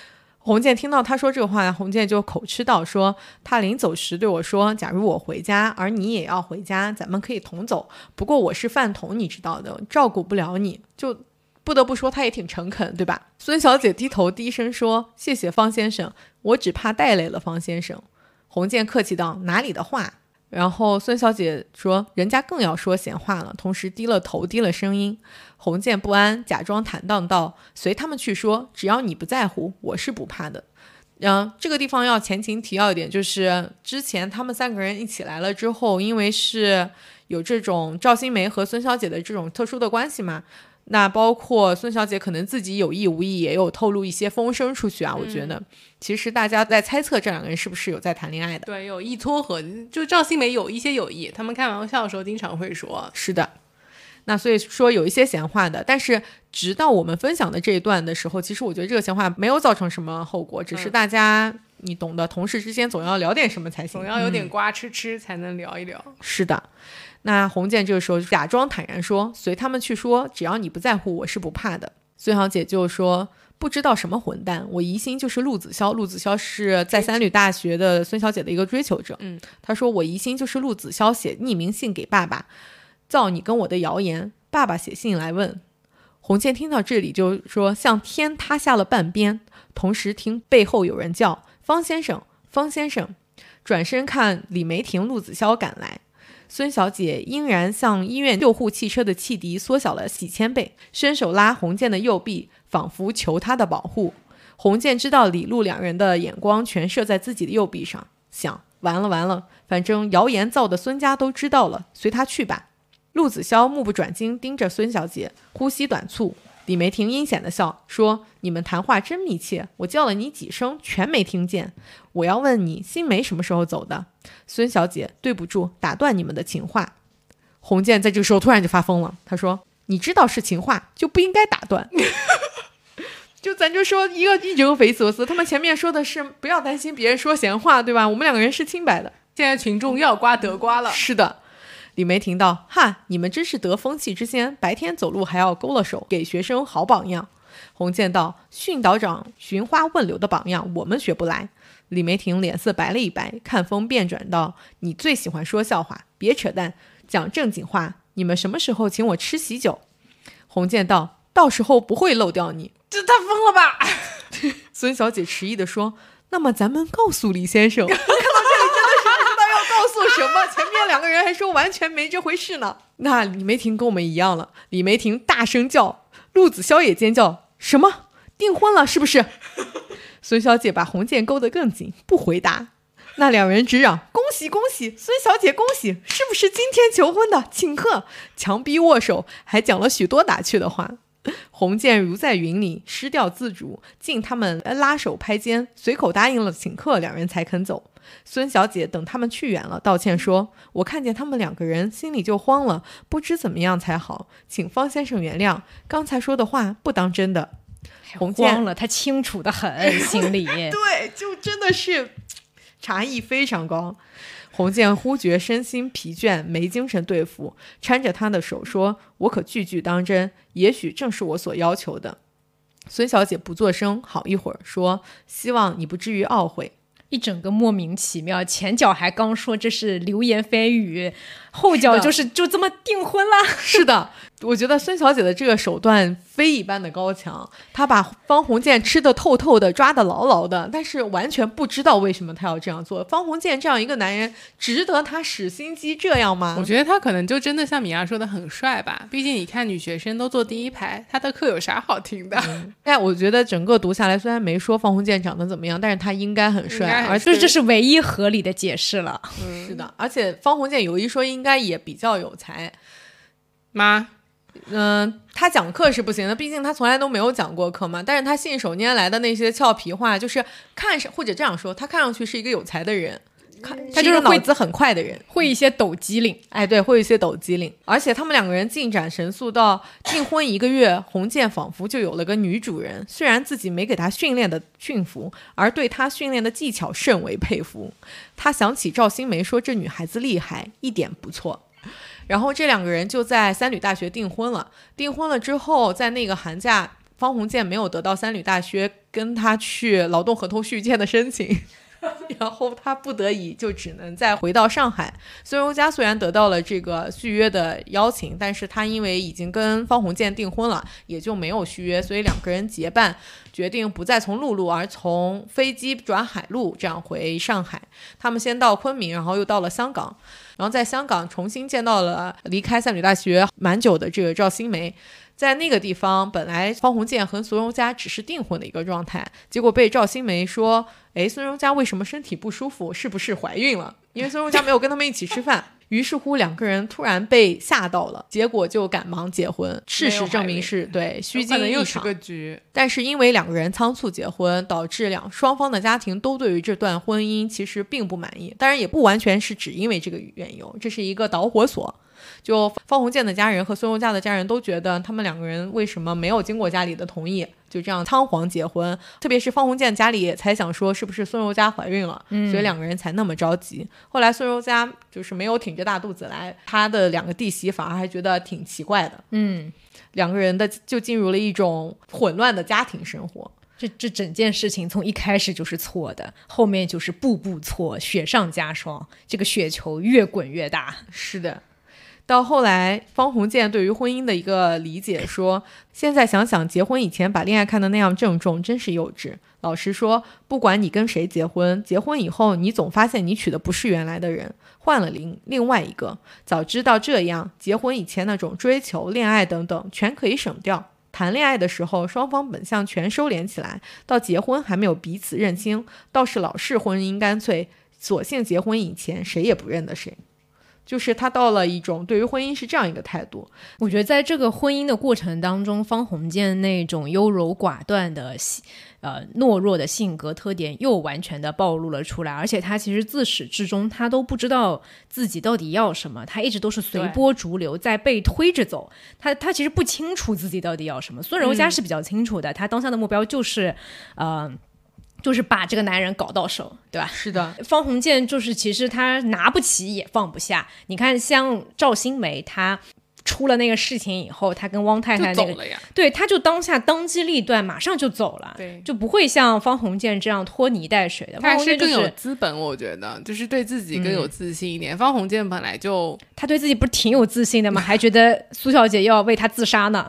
洪建听到他说这个话，洪建就口吃道说，他临走时对我说，假如我回家而你也要回家，咱们可以同走，不过我是饭桶你知道的，照顾不了你。就不得不说他也挺诚恳，对吧？孙小姐低头低声说，谢谢方先生，我只怕带累了方先生。洪建客气道，哪里的话。然后孙小姐说，人家更要说闲话了，同时低了头低了声音。洪建不安，假装坦荡道，随他们去说，只要你不在乎，我是不怕的。这个地方要前情提要一点，就是之前他们3个人一起来了之后，因为是有这种赵新梅和孙小姐的这种特殊的关系嘛，那包括孙小姐可能自己有意无意也有透露一些风声出去啊，我觉得其实大家在猜测这2个人是不是有在谈恋爱的。 对，有意撮合，就赵新梅有一些有意，他们开玩笑的时候经常会说。 是的，那所以说有一些闲话的，但是直到我们分享的这一段的时候，其实我觉得这个闲话没有造成什么后果，只是大家你懂的，同事之间总要聊点什么才行， 总要有点瓜吃才能聊一聊。 是的。那洪建这个时候假装坦然说，随他们去说，只要你不在乎，我是不怕的。孙小姐就说，不知道什么混蛋，我疑心就是陆子潇。陆子潇是在3旅大学的孙小姐的一个追求者。她说我疑心就是陆子潇写匿名信给爸爸，造你跟我的谣言。爸爸写信来问。洪建听到这里就说，像天塌下了半边，同时听背后有人叫，方先生，方先生。转身看李梅婷、陆子潇赶来。孙小姐应然像医院救护汽车的汽笛缩小了几千倍，伸手拉洪建的右臂，仿佛求他的保护。洪建知道李陆2人的眼光全射在自己的右臂上，想完了完了，反正谣言造的孙家都知道了，随他去吧。陆子潇目不转睛盯着孙小姐，呼吸短促。李梅婷阴险的笑说，你们谈话真密切，我叫了你几声全没听见。我要问你，新梅什么时候走的？孙小姐对不住，打断你们的情话。洪建在这个时候突然就发疯了，他说，你知道是情话就不应该打断。就咱就说一个一整个匪夷所思，他们前面说的是不要担心别人说闲话，对吧？我们2个人是清白的， 现在群众要瓜得瓜了。 是的。李梅婷道，哈，你们真是得风气之先，白天走路还要勾了手，给学生好榜样。洪建道，训导长寻花问柳的榜样我们学不来。李梅婷脸色白了一白，看风便转道，你最喜欢说笑话，别扯淡，讲正经话，你们什么时候请我吃喜酒？洪建道，到时候不会漏掉你。 这他疯了吧？ 孙小姐迟疑地说，那么咱们告诉李先生。我看到这里真的是不知道要告诉什么，前面2个人还说完全没这回事呢。那李梅婷跟我们一样了，李梅婷大声叫，陆子潇也尖叫，什么订婚了是不是？孙小姐把洪建勾得更紧，不回答。那2人直嚷，恭喜恭喜，孙小姐恭喜，是不是今天求婚的，请客，强逼握手，还讲了许多打趣的话。洪建如在云里，失掉自主，竟他们拉手拍肩，随口答应了请客，2人才肯走。孙小姐等他们去远了，道歉说，我看见他们2个人心里就慌了，不知怎么样才好，请方先生原谅，刚才说的话不当真的。洪建慌了，他清楚的很，心里对，就真的是茶艺非常高。洪建忽觉身心疲倦，没精神对付，搀着他的手说，我可句句当真，也许正是我所要求的。孙小姐不作声，好一会儿说，希望你不至于懊悔。 一整个莫名其妙，前脚还刚说这是流言蜚语，后脚就这么订婚了。 是的，我觉得孙小姐的这个手段非一般的高强，她把方鸿渐吃得透透的，抓得牢牢的，但是完全不知道为什么她要这样做。方鸿渐这样一个男人，值得他使心机这样吗？ 我觉得他可能就真的像米娅说的很帅吧，毕竟你看女学生都坐第一排，他的课有啥好听的？ 但我觉得整个读下来，虽然没说方鸿渐长得怎么样，但是他应该很帅，而且这是唯一合理的解释了。 是的，而且方鸿渐有一说应该也比较有才吗？ 他讲课是不行的，毕竟他从来都没有讲过课嘛。但是他信手拈来的那些俏皮话，就是看上，或者这样说，他看上去是一个有才的人，他就是脑子很快的人， 会一些抖机灵。 哎，对，会一些抖机灵。而且他们2个人进展神速，到订婚1个月，鸿渐仿佛就有了个女主人。虽然自己没给他训练的驯服，而对他训练的技巧甚为佩服。他想起赵新梅说这女孩子厉害，一点不错。然后这2个人就在3旅大学订婚了。订婚了之后，在那个寒假， 方鸿渐没有得到三旅大学跟他去劳动合同续签的申请然后他不得已就只能再回到上海。孙柔嘉虽然得到了这个续约的邀请，但是他因为已经跟方鸿渐订婚了，也就没有续约，所以两个人结伴决定不再从陆路而从飞机转海路这样回上海。他们先到昆明，然后又到了香港，然后在香港重新见到了离开三旅大学蛮久的这个赵新梅。在那个地方本来方鸿渐和孙柔嘉只是订婚的一个状态，结果被赵新梅说孙柔嘉为什么身体不舒服，是不是怀孕了？因为孙柔嘉没有跟他们一起吃饭于是乎两个人突然被吓到了，结果就赶忙结婚。事实证明是对虚惊一场， 又是个局。 但是因为两个人仓促结婚，导致双方的家庭都对于这段婚姻其实并不满意，当然也不完全是只因为这个缘由，这是一个导火索。就方鸿渐的家人和孙柔嘉的家人都觉得他们两个人为什么没有经过家里的同意就这样仓皇结婚，特别是方鸿渐家里也猜想说是不是孙柔嘉怀孕了，所以两个人才那么着急。后来孙柔嘉就是没有挺着大肚子来，他的两个弟媳反而还觉得挺奇怪的，两个人就进入了一种混乱的家庭生活。 这整件事情从一开始就是错的，后面就是步步错，雪上加霜，这个雪球越滚越大。 是的，到后来方鸿渐对于婚姻的一个理解说，现在想想结婚以前把恋爱看得那样郑重真是幼稚。老实说，不管你跟谁结婚，结婚以后你总发现你娶的不是原来的人，换了另外一个。早知道这样，结婚以前那种追求恋爱等等全可以省掉。谈恋爱的时候双方本相全收敛起来，到结婚还没有彼此认清，倒是老式婚姻干脆索性结婚以前谁也不认得谁。就是他到了一种对于婚姻是这样一个态度。 我觉得在这个婚姻的过程当中，方鸿渐那种优柔寡断的懦弱的性格特点又完全的暴露了出来，而且他其实自始至终他都不知道自己到底要什么，他一直都是随波逐流，在被推着走。他其实不清楚自己到底要什么。孙柔嘉是比较清楚的，他当下的目标就是就是把这个男人搞到手，对吧？ 是的， 方鸿渐就是其实他拿不起也放不下。你看像赵新梅，他出了那个事情以后，他跟汪太太那个对，他就当下当机立断马上就走了， 对， 就不会像方鸿渐这样拖泥带水的。 他是更有资本，我觉得就是对自己更有自信一点。方鸿渐本来就他对自己不是挺有自信的吗？还觉得苏小姐要为他自杀呢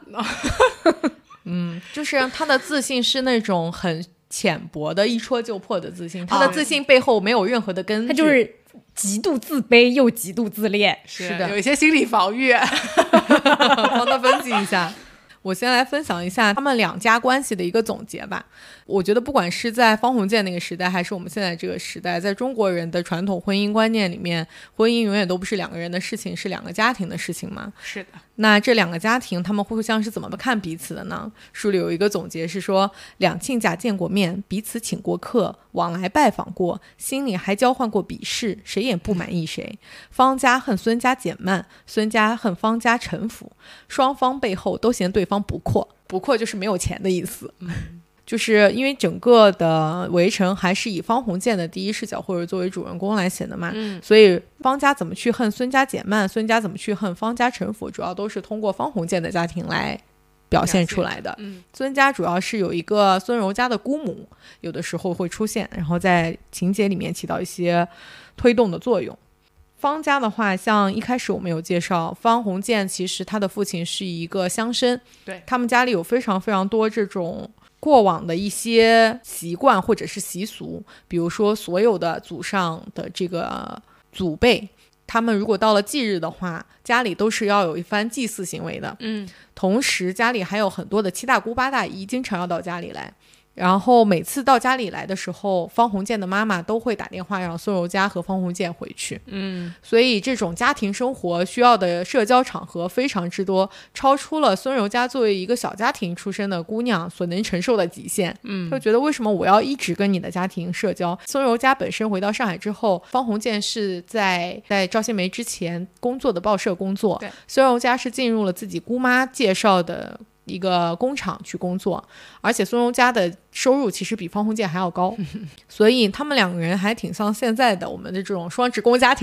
就是他的自信是那种很浅薄的一戳就破的自信，他的自信背后没有任何的根据， 他就是极度自卑又极度自恋。 是的， 有一些心理防御帮他分析一下。我先来分享一下他们两家关系的一个总结吧。我觉得不管是在方鸿渐那个时代还是我们现在这个时代，在中国人的传统婚姻观念里面，婚姻永远都不是两个人的事情，是两个家庭的事情嘛。 是的。 那这两个家庭他们互相是怎么看彼此的呢？书里有一个总结是说，两亲家见过面，彼此请过客，往来拜访过，心里还交换过鄙视，谁也不满意谁。方家恨孙家减慢，孙家恨方家臣服，双方背后都嫌对方不阔就是没有钱的意思。就是因为整个的围城还是以方鸿渐的第一视角或者作为主人公来写的嘛，所以方家怎么去恨孙家减慢，孙家怎么去恨方家臣服，主要都是通过方鸿渐的家庭来表现出来的。孙家主要是有一个孙柔嘉的姑母，有的时候会出现，然后在情节里面起到一些推动的作用。方家的话，像一开始我们有介绍，方鸿渐其实他的父亲是一个乡绅， 对， 他们家里有非常非常多这种过往的一些习惯或者是习俗，比如说所有的祖上的这个祖辈，他们如果到了忌日的话，家里都是要有一番祭祀行为的。同时家里还有很多的七大姑八大姨经常要到家里来，然后每次到家里来的时候，方鸿渐的妈妈都会打电话让孙柔嘉和方鸿渐回去。所以这种家庭生活需要的社交场合非常之多，超出了孙柔嘉作为一个小家庭出身的姑娘所能承受的极限。就觉得为什么我要一直跟你的家庭社交？孙柔嘉本身回到上海之后，方鸿渐是在赵新梅之前工作的报社工作，孙柔嘉是进入了自己姑妈介绍的一个工厂去工作，而且孙柔嘉的收入其实比方鸿渐还要高所以他们两个人还挺像现在的我们的这种双职工家庭的。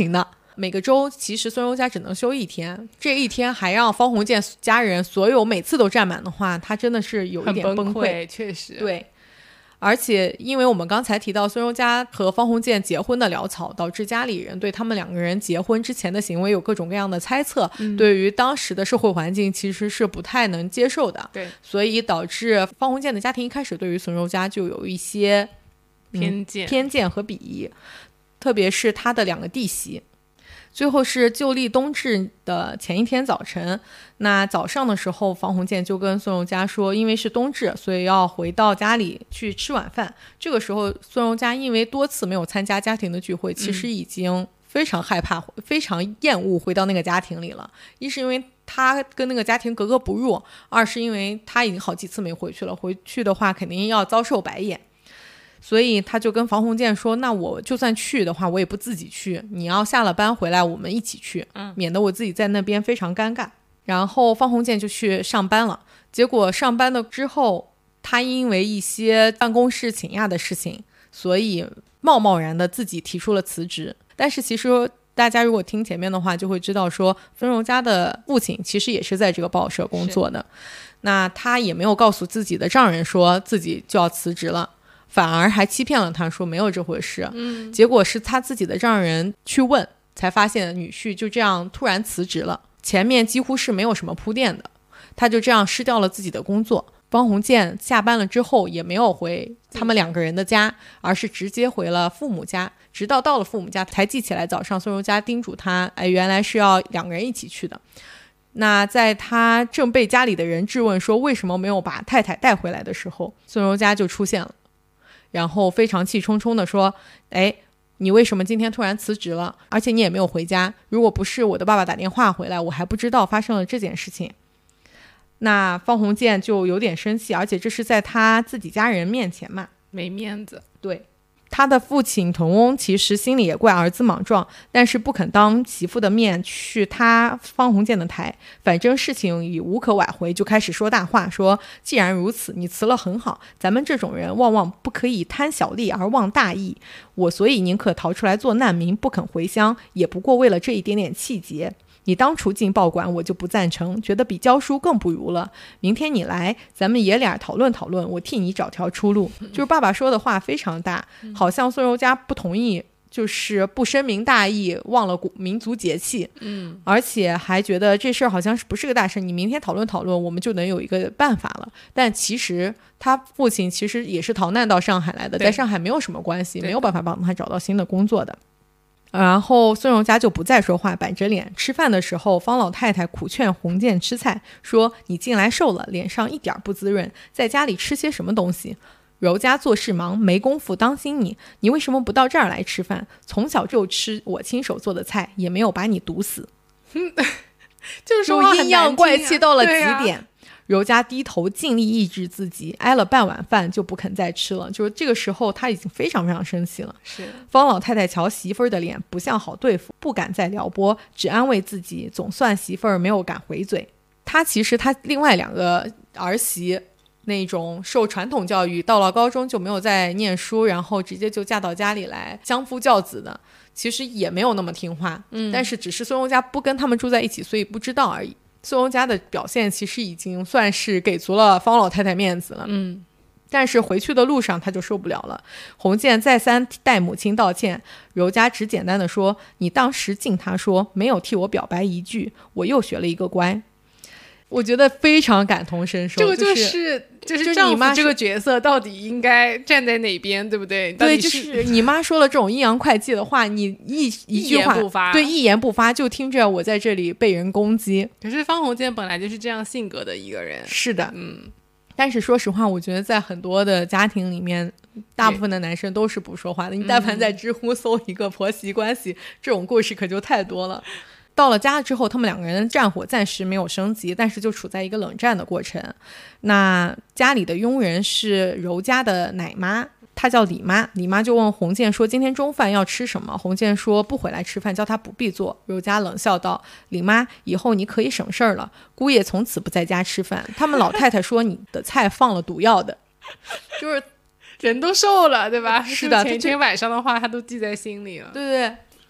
每个周其实孙柔家只能休1天，这一天还让方鸿渐家人所有每次都占满的话，他真的是有一点崩溃， 确实。 对，而且因为我们刚才提到孙柔家和方鸿渐结婚的潦草，导致家里人对他们2个人结婚之前的行为有各种各样的猜测，对于当时的社会环境其实是不太能接受的。 对， 所以导致方鸿渐的家庭一开始对于孙柔家就有一些偏见和鄙夷，特别是他的2个弟媳。最后是旧历冬至的前一天早晨，那早上的时候方鸿渐就跟孙柔家说，因为是冬至，所以要回到家里去吃晚饭。这个时候孙柔家因为多次没有参加家庭的聚会，其实已经非常害怕，非常厌恶回到那个家庭里了。一是因为他跟那个家庭格格不入，二是因为他已经好几次没回去了，回去的话肯定要遭受白眼。所以他就跟方鸿渐说，那我就算去的话我也不自己去，你要下了班回来我们一起去，免得我自己在那边非常尴尬。然后方鸿渐就去上班了，结果上班了之后，他因为一些办公室请假的事情，所以贸然的自己提出了辞职。但是其实大家如果听前面的话就会知道说，孙柔家的父亲其实也是在这个报社工作的，那他也没有告诉自己的丈人说自己就要辞职了，反而还欺骗了他说没有这回事。结果是他自己的丈人去问，才发现女婿就这样突然辞职了，前面几乎是没有什么铺垫的，他就这样失掉了自己的工作。方鸿渐下班了之后也没有回他们2个人的家，而是直接回了父母家，直到到了父母家才记起来早上孙柔家叮嘱他，原来是要2个人一起去的。那在他正被家里的人质问说为什么没有把太太带回来的时候，孙柔家就出现了，然后非常气冲冲地说，你为什么今天突然辞职了？而且你也没有回家，如果不是我的爸爸打电话回来，我还不知道发生了这件事情。那方鸿渐就有点生气，而且这是在他自己家人面前嘛， 没面子。 对，他的父亲滕翁其实心里也怪儿子莽撞，但是不肯当媳妇的面去他方鸿渐的台，反正事情已无可挽回，就开始说大话，说既然如此，你辞了很好，咱们这种人往往不可以贪小利而忘大义，我所以宁可逃出来做难民，不肯回乡，也不过为了这一点点气节。你当初进报馆我就不赞成，觉得比教书更不如了，明天你来咱们爷俩讨论讨论，我替你找条出路。就是爸爸说的话非常大，好像孙柔家不同意，就是不深明大义，忘了民族节气，而且还觉得这事儿好像是不是个大事，你明天讨论讨论，我们就能有一个办法了。但其实他父亲其实也是逃难到上海来的，在上海没有什么关系，没有办法帮他找到新的工作的。然后孙柔家就不再说话，板着脸。吃饭的时候，方老太太苦劝鸿渐吃菜，说你近来瘦了，脸上一点不滋润，在家里吃些什么东西？柔家做事忙，没工夫当心你，你为什么不到这儿来吃饭？从小就吃我亲手做的菜，也没有把你毒死。 就是说阴阳怪气到了极点。柔家低头尽力抑制自己，挨了半碗饭就不肯再吃了。就是这个时候他已经非常非常生气了。 是方老太太瞧媳妇儿的脸不像好对付，不敢再撩拨，只安慰自己总算媳妇儿没有敢回嘴。他其实他另外2个儿媳那种受传统教育，到了高中就没有再念书，然后直接就嫁到家里来相夫教子的，其实也没有那么听话。但是只是孙柔家不跟他们住在一起，所以不知道而已。孙柔家的表现其实已经算是给足了方老太太面子了。但是回去的路上他就受不了了。鸿渐再三代母亲道歉，柔家只简单的说，你当时敬他说，没有替我表白一句，我又学了一个乖。我觉得非常感同身受。 这个就是丈夫这个角色到底应该站在哪边，对不对？ 对，就是你妈说了这种阴阳怪气的话，你一句话不发， 对，一言不发，就听着我在这里被人攻击。 可是方鸿渐本来就是这样性格的一个人。 是的，但是说实话，我觉得在很多的家庭里面，大部分的男生都是不说话的。你但凡在知乎搜一个婆媳关系，这种故事可就太多了。到了家之后，他们2个人的战火暂时没有升级，但是就处在一个冷战的过程。那家里的佣人是柔家的奶妈，她叫李妈。李妈就问鸿渐说，今天中饭要吃什么？鸿渐说不回来吃饭，叫他不必做。柔家冷笑道，李妈，以后你可以省事儿了，姑爷从此不在家吃饭，他们老太太说你的菜放了毒药的。就是人都瘦了，对吧？ 是的， 前一天晚上的话他都记在心里了。 对对，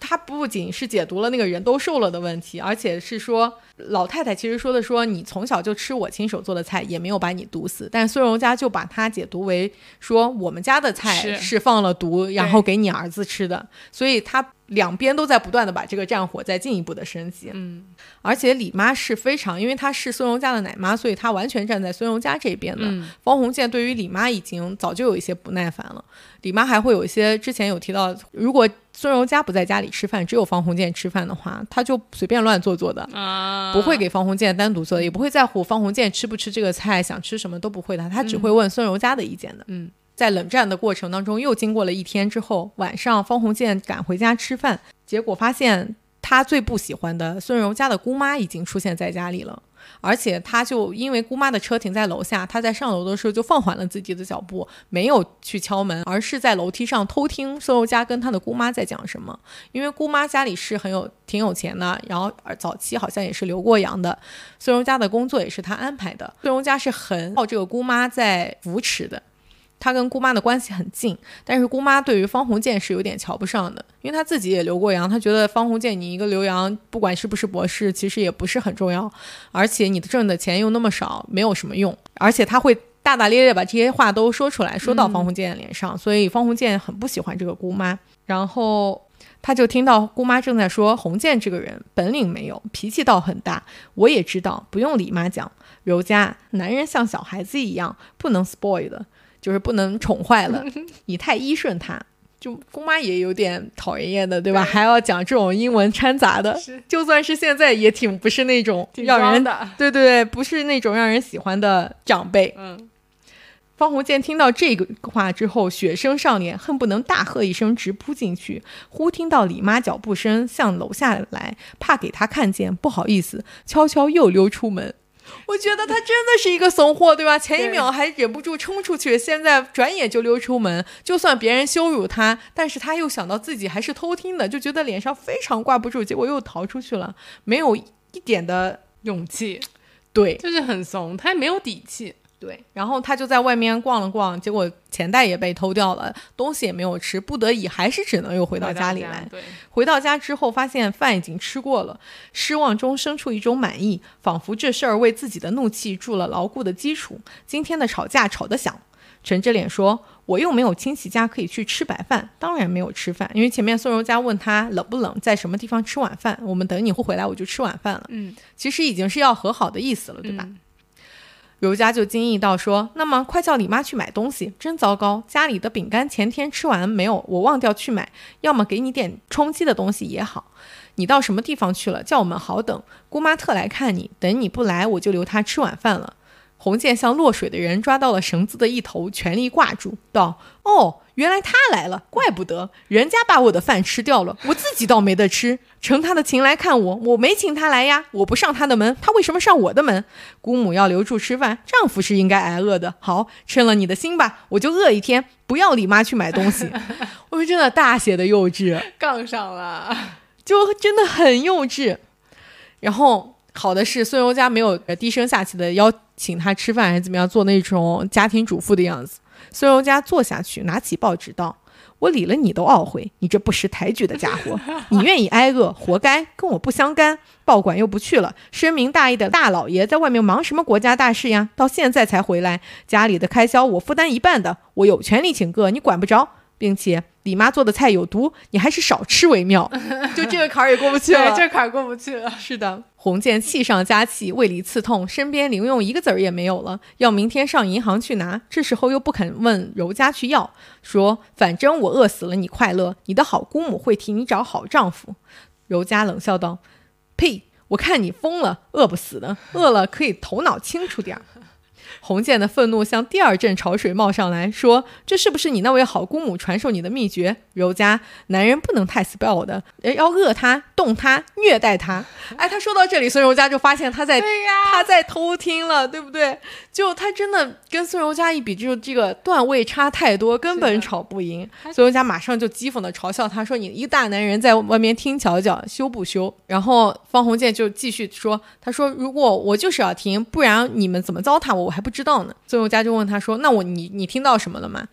他不仅是解读了那个人都瘦了的问题，而且是说老太太其实说的说你从小就吃我亲手做的菜，也没有把你毒死，但是孙荣家就把它解读为说我们家的菜是放了毒然后给你儿子吃的，所以他两边都在不断的把这个战火再进一步的升级。而且李妈是非常，因为她是孙荣家的奶妈，所以她完全站在孙荣家这边的。方鸿渐对于李妈已经早就有一些不耐烦了，李妈还会有一些之前有提到，如果孙荣家不在家里吃饭，只有方鸿渐吃饭的话，他就随便乱做的，不会给方鸿渐单独做的，也不会在乎方鸿渐吃不吃这个菜，想吃什么都不会的，他只会问孙荣家的意见的。在冷战的过程当中，又经过了一天之后，晚上方鸿渐赶回家吃饭，结果发现他最不喜欢的孙荣家的姑妈已经出现在家里了，而且他就因为姑妈的车停在楼下，他在上楼的时候就放缓了自己的脚步，没有去敲门，而是在楼梯上偷听孙荣家跟他的姑妈在讲什么。因为姑妈家里是挺有钱的，然后早期好像也是留过洋的，孙荣家的工作也是他安排的，孙荣家是很靠这个姑妈在扶持的，他跟姑妈的关系很近，但是姑妈对于方鸿渐是有点瞧不上的，因为他自己也留过洋，他觉得方鸿渐你一个留洋不管是不是博士其实也不是很重要，而且你挣的钱又那么少，没有什么用，而且他会大大咧咧把这些话都说出来，说到方鸿渐的脸上，所以方鸿渐很不喜欢这个姑妈。然后他就听到姑妈正在说，鸿渐这个人本领没有，脾气倒很大，我也知道，不用李妈讲，柔家男人像小孩子一样不能 spoil 的，就是不能宠坏了，你太依顺他。就姑妈也有点讨人厌的，对吧？还要讲这种英文掺杂的，就算是现在也不是那种让人对，不是那种让人喜欢的长辈。方鸿渐听到这个话之后，血生上脸，恨不能大喝一声直扑进去。忽听到李妈脚步声向楼下来，怕给他看见，不好意思，悄悄又溜出门。我觉得他真的是一个怂货，对吧？前一秒还忍不住冲出去，现在转眼就溜出门。就算别人羞辱他，但是他又想到自己还是偷听的，就觉得脸上非常挂不住，结果又逃出去了，没有一点的勇气。 对， 就是很怂，他没有底气。 对，然后他就在外面逛了逛，结果钱袋也被偷掉了，东西也没有吃，不得已还是只能又回到家里来。回到家之后发现饭已经吃过了，失望中生出一种满意，仿佛这事儿为自己的怒气筑了牢固的基础。今天的吵架吵得响，沉着脸说，我又没有亲戚家可以去吃白饭，当然没有吃饭，因为前面孙柔家问他冷不冷，在什么地方吃晚饭，我们等你回来我就吃晚饭了。其实已经是要和好的意思了，对吧？柔家就惊异到说，那么快叫李妈去买东西，真糟糕，家里的饼干前天吃完没有，我忘掉去买，要么给你点充饥的东西也好，你到什么地方去了，叫我们好等，姑妈特来看你，等你不来我就留她吃晚饭了。鸿渐像落水的人抓到了绳子的一头，全力挂住道，哦，原来他来了，怪不得人家把我的饭吃掉了，我自己倒没得吃，承他的情来看我，我没请他来呀，我不上他的门，他为什么上我的门？姑母要留住吃饭，丈夫是应该挨饿的，好，趁了你的心吧，我就饿一天，不要李妈去买东西。我们真的大写的幼稚， 杠上了， 就真的很幼稚。然后好的是孙柔家没有低声下气的邀请他吃饭还是怎么样，做那种家庭主妇的样子。孙柔家坐下去拿起报纸道，我理了你都懊悔，你这不识抬举的家伙，你愿意挨饿活该，跟我不相干，报馆又不去了，深明大义的大老爷在外面忙什么国家大事呀，到现在才回来，家里的开销我负担一半的，我有权利请个，你管不着，并且李妈做的菜有毒，你还是少吃为妙。就这个坎儿也过不去了。 对，这坎儿过不去了。 是的，鸿渐气上加气，胃里刺痛，身边零用一个子儿也没有了，要明天上银行去拿，这时候又不肯问柔家去要，说反正我饿死了你快乐，你的好姑母会替你找好丈夫。柔家冷笑道，呸，我看你疯了，饿不死的，饿了可以头脑清楚点。鸿渐的愤怒像第二阵潮水冒上来，说这是不是你那位好姑母传授你的秘诀？柔家男人不能太 spoil 的，要饿他动他虐待他。哎，他说到这里，孙柔家就发现他在偷听了，对不对？就他真的跟孙柔家一比，就这个段位差太多，根本吵不赢。孙柔家马上就讥讽的嘲笑他说，你一个大男人在外面听瞧瞧，羞不羞？然后方鸿渐就继续说，他说如果我就是要听，不然你们怎么糟蹋我还不知道呢。孙柔家就问他说，那你听到什么了吗？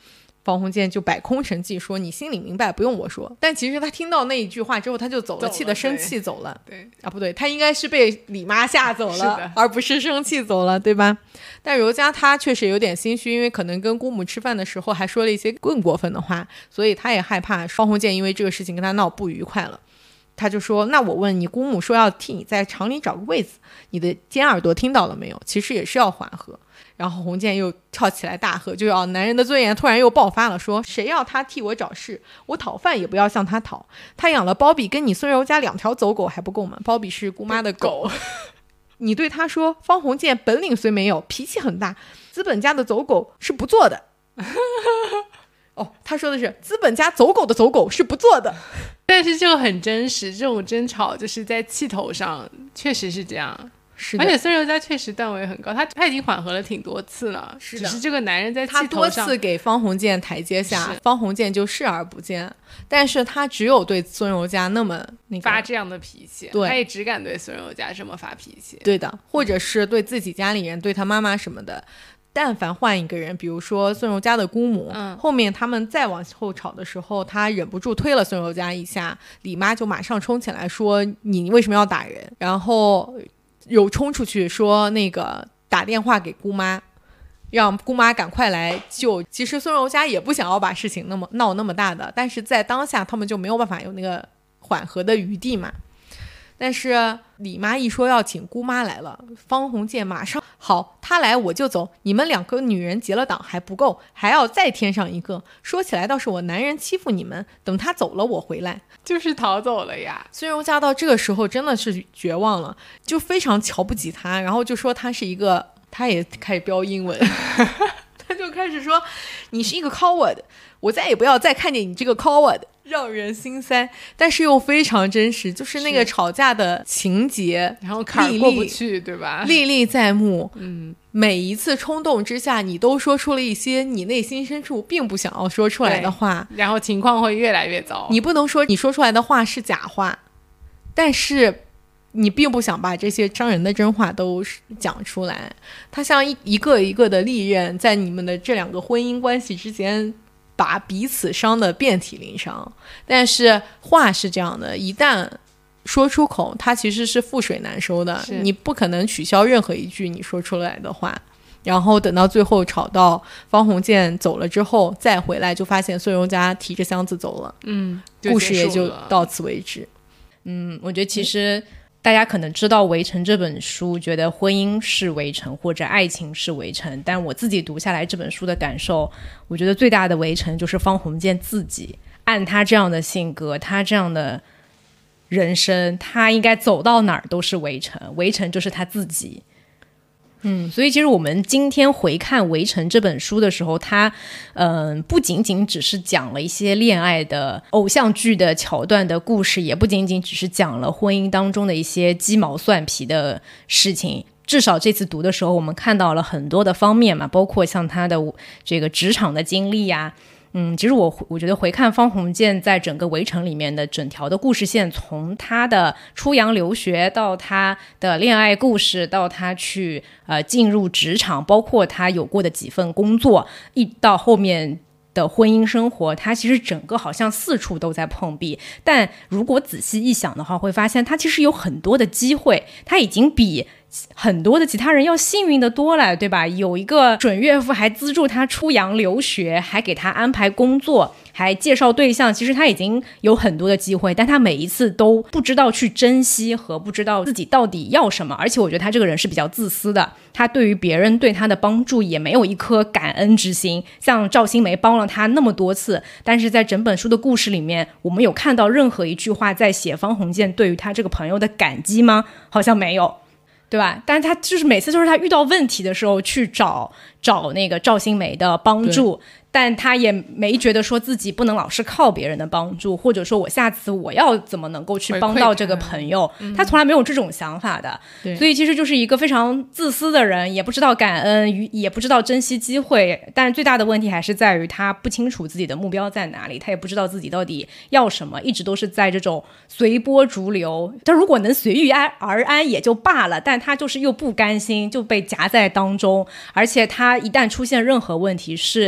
方鸿渐就摆空城计说你心里明白不用我说，但其实他听到那一句话之后他就走了，气得生气走了。 对啊，不对，他应该是被李妈吓走了，而不是生气走了，对吧？但柔嘉他确实有点心虚，因为可能跟姑母吃饭的时候还说了一些更过分的话，所以他也害怕方鸿渐因为这个事情跟他闹不愉快了。他就说，那我问你，姑母说要替你在厂里找个位子，你的尖耳朵听到了没有？其实也是要缓和。然后鸿渐又跳起来大喝，就要男人的尊严突然又爆发了，说谁要他替我找事，我讨饭也不要向他讨。他养了包比跟你孙柔家2条走狗还不够吗？包比是姑妈的狗。你对他说，方鸿渐本领虽没有，脾气很大，资本家的走狗是不做的。哦，他说的是资本家走狗的走狗是不做的。 但是就很真实，这种争吵就是在气头上确实是这样。 是的， 而且孙柔嘉确实段位很高，他已经缓和了挺多次了，只是这个男人在气头上， 他多次给方鸿渐台阶下，方鸿渐就视而不见，但是他只有对孙柔嘉那么发这样的脾气， 对， 他也只敢对孙柔嘉这么发脾气， 对的，或者是对自己家里人，对他妈妈什么的。但凡换一个人，比如说孙柔嘉的姑母，后面他们再往后吵的时候，他忍不住推了孙柔嘉一下，李妈就马上冲起来说你为什么要打人，然后又冲出去说那个打电话给姑妈，让姑妈赶快来救。其实孙柔嘉也不想要把事情闹那么大的，但是在当下他们就没有办法有那个缓和的余地嘛。但是李妈一说要请姑妈来了，方鸿渐马上好，她来我就走，你们2个女人结了党还不够，还要再添上一个。说起来倒是我男人欺负你们，等他走了我回来。 就是逃走了呀。 孙柔嘉到这个时候真的是绝望了，就非常瞧不起他，然后就说他是一个，他也开始飙英文他就开始说你是一个 coward， 我再也不要再看见你这个 coward， 让人心塞，但是又非常真实，就是那个吵架的情节， 然后坎儿过不去，对吧？ 历历在目。每一次冲动之下，你都说出了一些你内心深处并不想要说出来的话， 然后情况会越来越糟。 你不能说你说出来的话是假话，但是你并不想把这些伤人的真话都讲出来。他像一个一个的利刃，在你们的这2个婚姻关系之间把彼此伤得遍体鳞伤。但是话是这样的，一旦说出口，它其实是覆水难收的，你不可能取消任何一句你说出来的话。然后等到最后吵到方鸿渐走了之后再回来，就发现孙柔嘉提着箱子走了。故事也就到此为止。 我觉得其实大家可能知道《围城》这本书，觉得婚姻是围城或者爱情是围城，但我自己读下来这本书的感受，我觉得最大的围城就是方鸿渐自己。按他这样的性格，他这样的人生，他应该走到哪儿都是围城，围城就是他自己。所以其实我们今天回看《围城》这本书的时候，它不仅仅只是讲了一些恋爱的偶像剧的桥段的故事，也不仅仅只是讲了婚姻当中的一些鸡毛蒜皮的事情。至少这次读的时候，我们看到了很多的方面嘛，包括像他的这个职场的经历呀。其实我觉得回看方鸿渐在整个围城里面的整条的故事线，从他的出洋留学到他的恋爱故事，到他去进入职场，包括他有过的几份工作，一到后面的婚姻生活，他其实整个好像四处都在碰壁。但如果仔细一想的话，会发现他其实有很多的机会，他已经比很多的其他人要幸运的多了，对吧？有一个准岳父还资助他出洋留学，还给他安排工作，还介绍对象，其实他已经有很多的机会，但他每一次都不知道去珍惜和不知道自己到底要什么。而且我觉得他这个人是比较自私的，他对于别人对他的帮助也没有一颗感恩之心。像赵新梅帮了他那么多次，但是在整本书的故事里面，我们有看到任何一句话在写方鸿渐对于他这个朋友的感激吗？好像没有，对吧？但是他就是每次都是他遇到问题的时候去找那个赵新梅的帮助，但他也没觉得说自己不能老是靠别人的帮助，或者说我下次我要怎么能够去帮到这个朋友，他从来没有这种想法的。所以其实就是一个非常自私的人，也不知道感恩，也不知道珍惜机会。但最大的问题还是在于他不清楚自己的目标在哪里，他也不知道自己到底要什么，一直都是在这种随波逐流。他如果能随遇而安也就罢了，但他就是又不甘心，就被夹在当中。而且他一旦出现任何问题，是习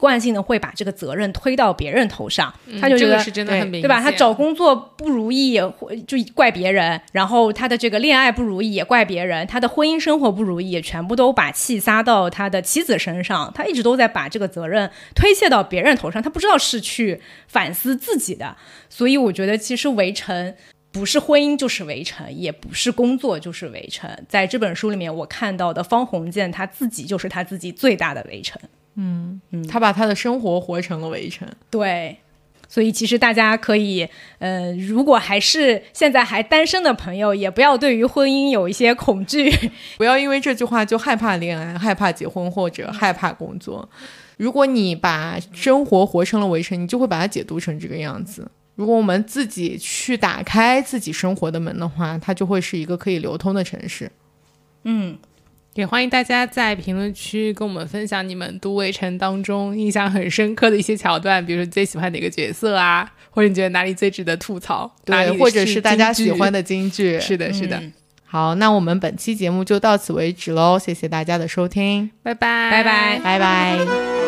惯性的会把这个责任推到别人头上，他就觉得、 这个是真的很明显， 对吧？他找工作不如意就怪别人，然后他的这个恋爱不如意也怪别人，他的婚姻生活不如意也全部都把气撒到他的妻子身上，他一直都在把这个责任推卸到别人头上，他不知道是去反思自己的。所以我觉得其实围城不是婚姻就是围城，也不是工作就是围城。在这本书里面我看到的方鸿渐他自己就是他自己最大的围城。 他把他的生活活成了围城。 对，所以其实大家可以如果还是现在还单身的朋友，也不要对于婚姻有一些恐惧， 不要因为这句话就害怕恋爱、害怕结婚或者害怕工作。如果你把生活活成了围城，你就会把它解读成这个样子。如果我们自己去打开自己生活的门的话，它就会是一个可以流通的城市。 也欢迎大家在评论区跟我们分享你们读围城当中印象很深刻的一些桥段，比如说你最喜欢哪个角色啊，或者你觉得哪里最值得吐槽，哪里对，或者是大家喜欢的金句。 是的是的。 好，那我们本期节目就到此为止喽，谢谢大家的收听， 拜拜拜拜拜拜。